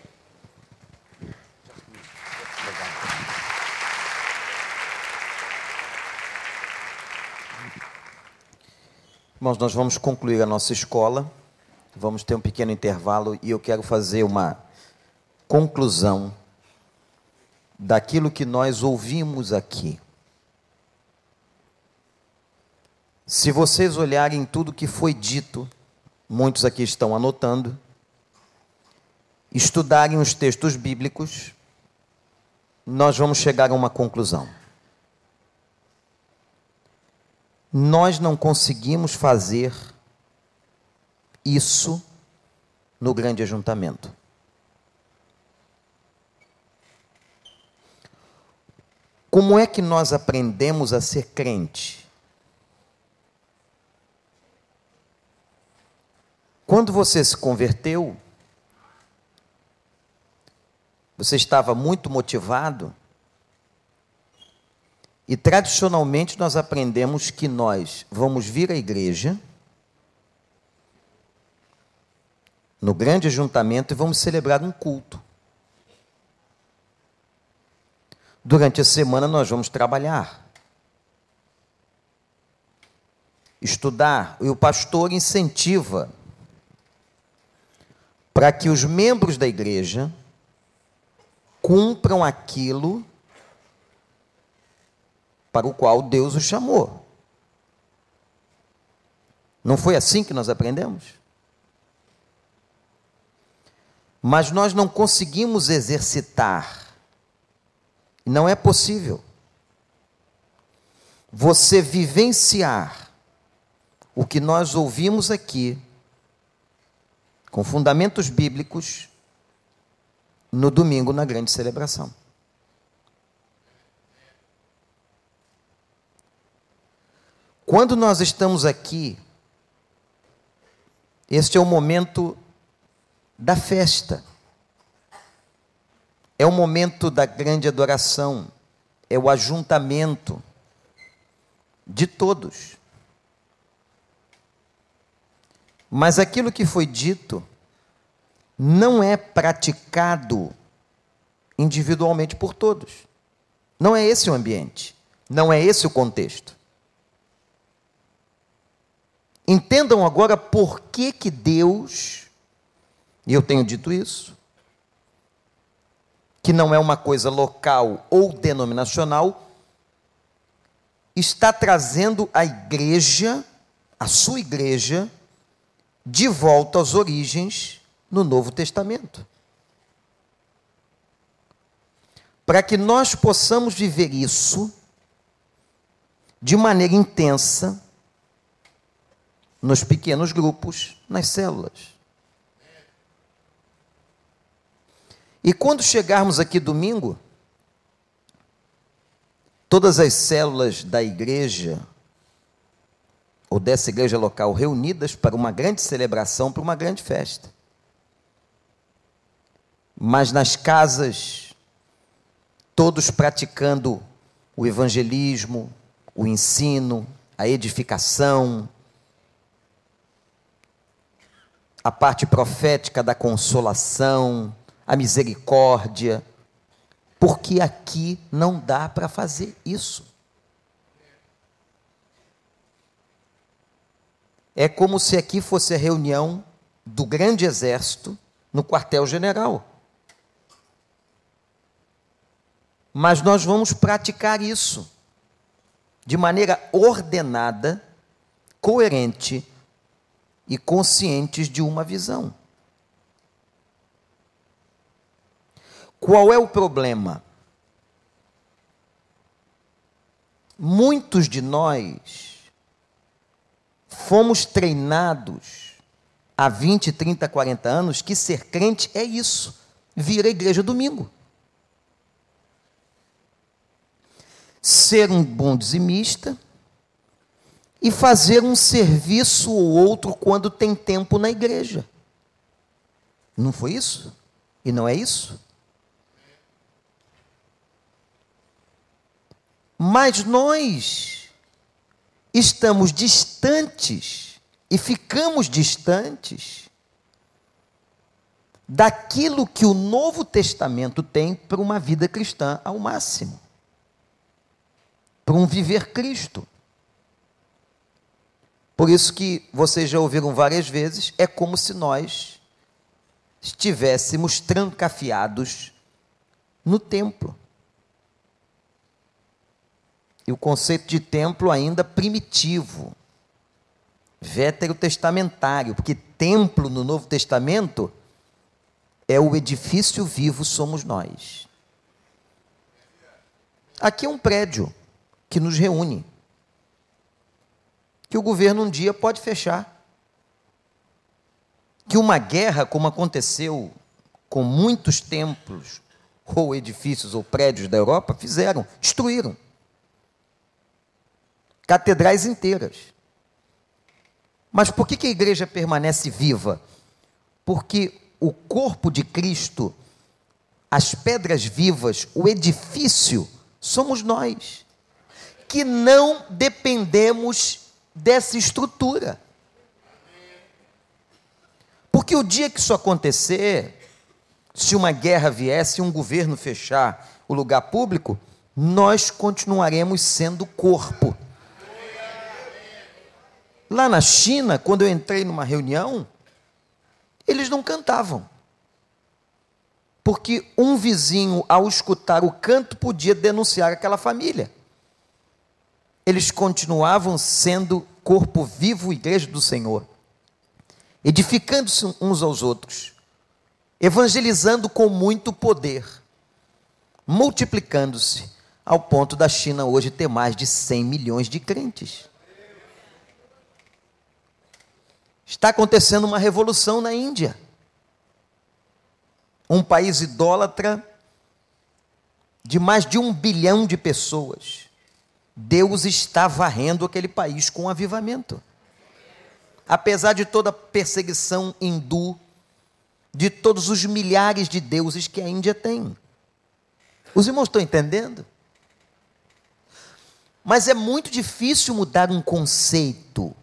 Irmãos, nós vamos concluir a nossa escola, vamos ter um pequeno intervalo e eu quero fazer uma conclusão daquilo que nós ouvimos aqui. Se vocês olharem tudo que foi dito, muitos aqui estão anotando, estudarem os textos bíblicos, nós vamos chegar a uma conclusão. Nós não conseguimos fazer isso no grande ajuntamento. Como é que nós aprendemos a ser crente? Quando você se converteu, você estava muito motivado. E tradicionalmente nós aprendemos que nós vamos vir à igreja, no grande ajuntamento, e vamos celebrar um culto. Durante a semana nós vamos trabalhar, estudar, e o pastor incentiva para que os membros da igreja cumpram aquilo para o qual Deus os chamou. Não foi assim que nós aprendemos? Mas nós não conseguimos exercitar. Não é possível você vivenciar o que nós ouvimos aqui, com fundamentos bíblicos, no domingo na grande celebração. Quando nós estamos aqui, este é o momento da festa, é o momento da grande adoração, é o ajuntamento de todos. Mas aquilo que foi dito não é praticado individualmente por todos. Não é esse o ambiente, não é esse o contexto. Entendam agora por que que Deus, e eu tenho dito isso, que não é uma coisa local ou denominacional, está trazendo a igreja, a sua igreja, de volta às origens no Novo Testamento. Para que nós possamos viver isso de maneira intensa, nos pequenos grupos, nas células. E quando chegarmos aqui domingo, todas as células da igreja, ou dessa igreja local, reunidas para uma grande celebração, para uma grande festa. Mas nas casas, todos praticando o evangelismo, o ensino, a edificação, a parte profética da consolação, a misericórdia, porque aqui não dá para fazer isso. É como se aqui fosse a reunião do grande exército no quartel-general. Mas nós vamos praticar isso de maneira ordenada, coerente e conscientes de uma visão. Qual é o problema? Muitos de nós fomos treinados há vinte, trinta, quarenta anos que ser crente é isso, vir à igreja domingo. Ser um bom dizimista e fazer um serviço ou outro quando tem tempo na igreja. Não foi isso? E não é isso? Mas nós estamos distantes e ficamos distantes daquilo que o Novo Testamento tem para uma vida cristã ao máximo, para um viver Cristo. Por isso que vocês já ouviram várias vezes, é como se nós estivéssemos trancafiados no templo. E o conceito de templo ainda primitivo, veterotestamentário, porque templo no Novo Testamento é o edifício vivo, somos nós. Aqui é um prédio que nos reúne, que o governo um dia pode fechar, que uma guerra, como aconteceu com muitos templos, ou edifícios, ou prédios da Europa, fizeram, destruíram. Catedrais inteiras. Mas por que que a igreja permanece viva? Porque o corpo de Cristo, as pedras vivas, o edifício, somos nós, que não dependemos dessa estrutura. Porque o dia que isso acontecer, se uma guerra vier, se um governo fechar o lugar público, nós continuaremos sendo corpo. Lá na China, quando eu entrei numa reunião, eles não cantavam. Porque um vizinho, ao escutar o canto, podia denunciar aquela família. Eles continuavam sendo corpo vivo, igreja do Senhor, edificando-se uns aos outros, evangelizando com muito poder, multiplicando-se, ao ponto da China hoje ter mais de cem milhões de crentes. Está acontecendo uma revolução na Índia. Um país idólatra de mais de um bilhão de pessoas. Deus está varrendo aquele país com avivamento. Apesar de toda a perseguição hindu, de todos os milhares de deuses que a Índia tem. Os irmãos estão entendendo? Mas é muito difícil mudar um conceito.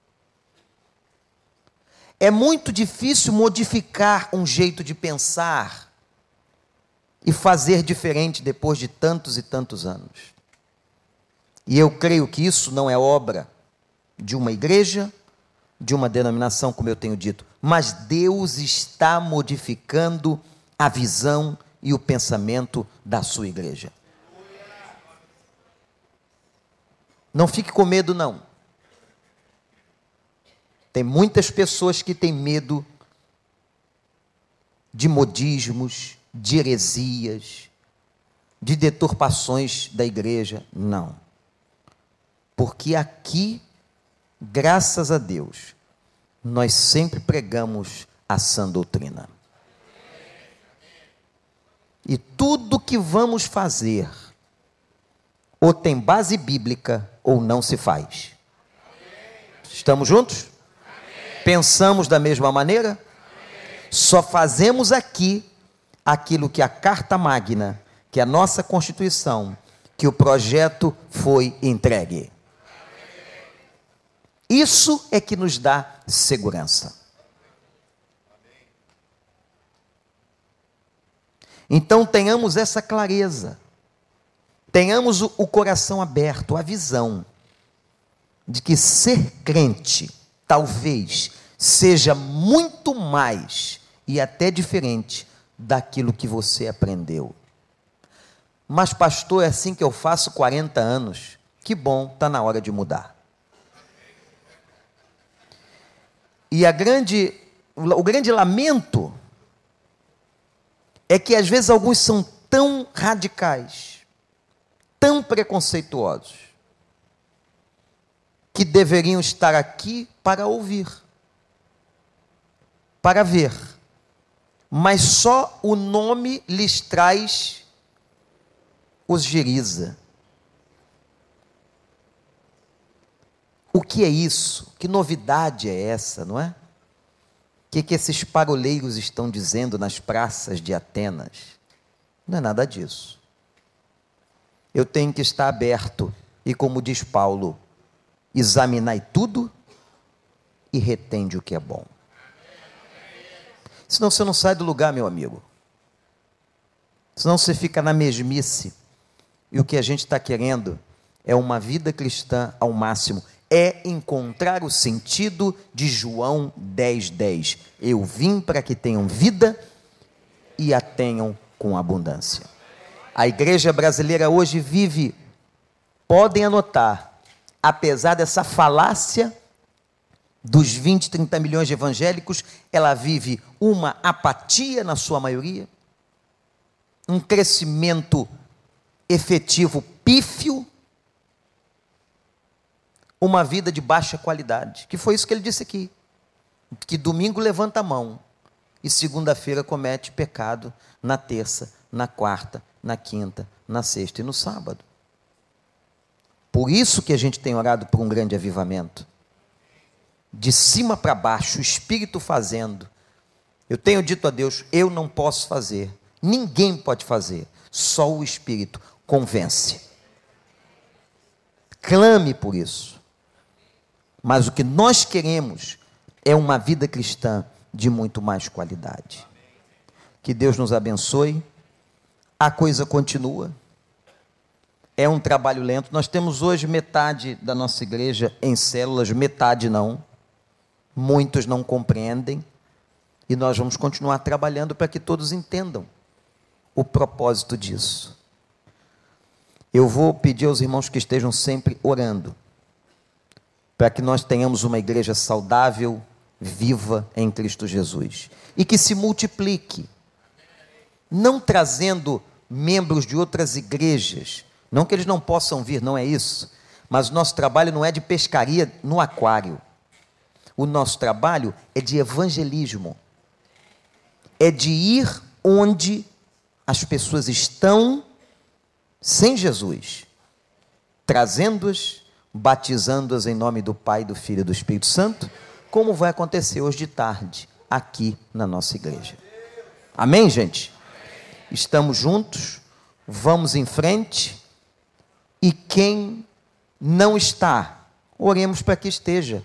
É muito difícil modificar um jeito de pensar e fazer diferente depois de tantos e tantos anos. E eu creio que isso não é obra de uma igreja, de uma denominação, como eu tenho dito, mas Deus está modificando a visão e o pensamento da sua igreja. Não fique com medo, não. Tem muitas pessoas que têm medo de modismos, de heresias, de deturpações da igreja. Não. Porque aqui, graças a Deus, nós sempre pregamos a sã doutrina. E tudo que vamos fazer, ou tem base bíblica, ou não se faz. Estamos juntos? Pensamos da mesma maneira? Só fazemos aqui aquilo que a Carta Magna, que a nossa Constituição, que o projeto foi entregue. Isso é que nos dá segurança. Então tenhamos essa clareza, tenhamos o, o coração aberto, a visão de que ser crente talvez seja muito mais e até diferente daquilo que você aprendeu. Mas pastor, é assim que eu faço quarenta anos. Que bom, está na hora de mudar. E a grande, o grande lamento é que às vezes alguns são tão radicais, tão preconceituosos, que deveriam estar aqui para ouvir, para ver, mas só o nome lhes traz os giriza. O que é isso? Que novidade é essa, não é? O que, que esses paroleiros estão dizendo nas praças de Atenas? Não é nada disso. Eu tenho que estar aberto e, como diz Paulo, examinai tudo e retende o que é bom. Senão você não sai do lugar, meu amigo. Senão você fica na mesmice. E o que a gente está querendo é uma vida cristã ao máximo. É encontrar o sentido de João dez, dez. Eu vim para que tenham vida e a tenham com abundância. A igreja brasileira hoje vive, podem anotar, apesar dessa falácia dos vinte, trinta milhões de evangélicos, ela vive uma apatia na sua maioria, um crescimento efetivo pífio, uma vida de baixa qualidade, que foi isso que ele disse aqui, que domingo levanta a mão e segunda-feira comete pecado na terça, na quarta, na quinta, na sexta e no sábado. Por isso que a gente tem orado por um grande avivamento, de cima para baixo, o Espírito fazendo. Eu tenho dito a Deus, eu não posso fazer, ninguém pode fazer, só o Espírito convence. Clame por isso. Mas o que nós queremos é uma vida cristã de muito mais qualidade. Que Deus nos abençoe. A coisa continua. É um trabalho lento. Nós temos hoje metade da nossa igreja em células, metade não. Muitos não compreendem. E nós vamos continuar trabalhando para que todos entendam o propósito disso. Eu vou pedir aos irmãos que estejam sempre orando, para que nós tenhamos uma igreja saudável, viva em Cristo Jesus, e que se multiplique, não trazendo membros de outras igrejas, não que eles não possam vir, não é isso, mas o nosso trabalho não é de pescaria no aquário, o nosso trabalho é de evangelismo, é de ir onde as pessoas estão sem Jesus, trazendo-as, batizando-as em nome do Pai, do Filho e do Espírito Santo, como vai acontecer hoje de tarde, aqui na nossa igreja. Amém, gente? Estamos juntos, vamos em frente, e quem não está, oremos para que esteja.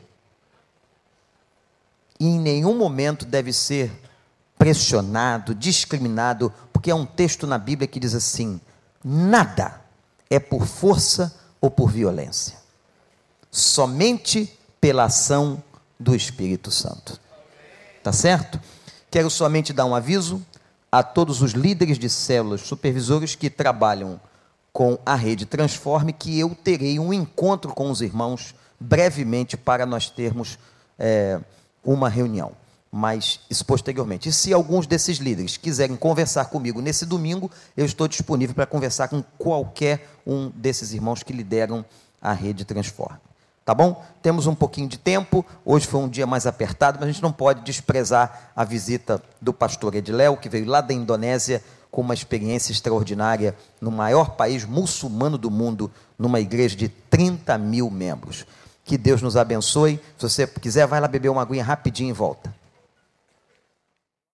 E em nenhum momento deve ser pressionado, discriminado, porque é um texto na Bíblia que diz assim: nada é por força ou por violência, somente pela ação do Espírito Santo. Tá certo? Quero somente dar um aviso a todos os líderes de células, supervisores que trabalham com a Rede Transforme, que eu terei um encontro com os irmãos brevemente para nós termos é, uma reunião, mas isso posteriormente. E se alguns desses líderes quiserem conversar comigo nesse domingo, eu estou disponível para conversar com qualquer um desses irmãos que lideram a Rede Transforme. Tá bom? Temos um pouquinho de tempo, hoje foi um dia mais apertado, mas a gente não pode desprezar a visita do pastor Ediléo, que veio lá da Indonésia com uma experiência extraordinária no maior país muçulmano do mundo, numa igreja de trinta mil membros. Que Deus nos abençoe. Se você quiser, vai lá beber uma aguinha rapidinho e volta.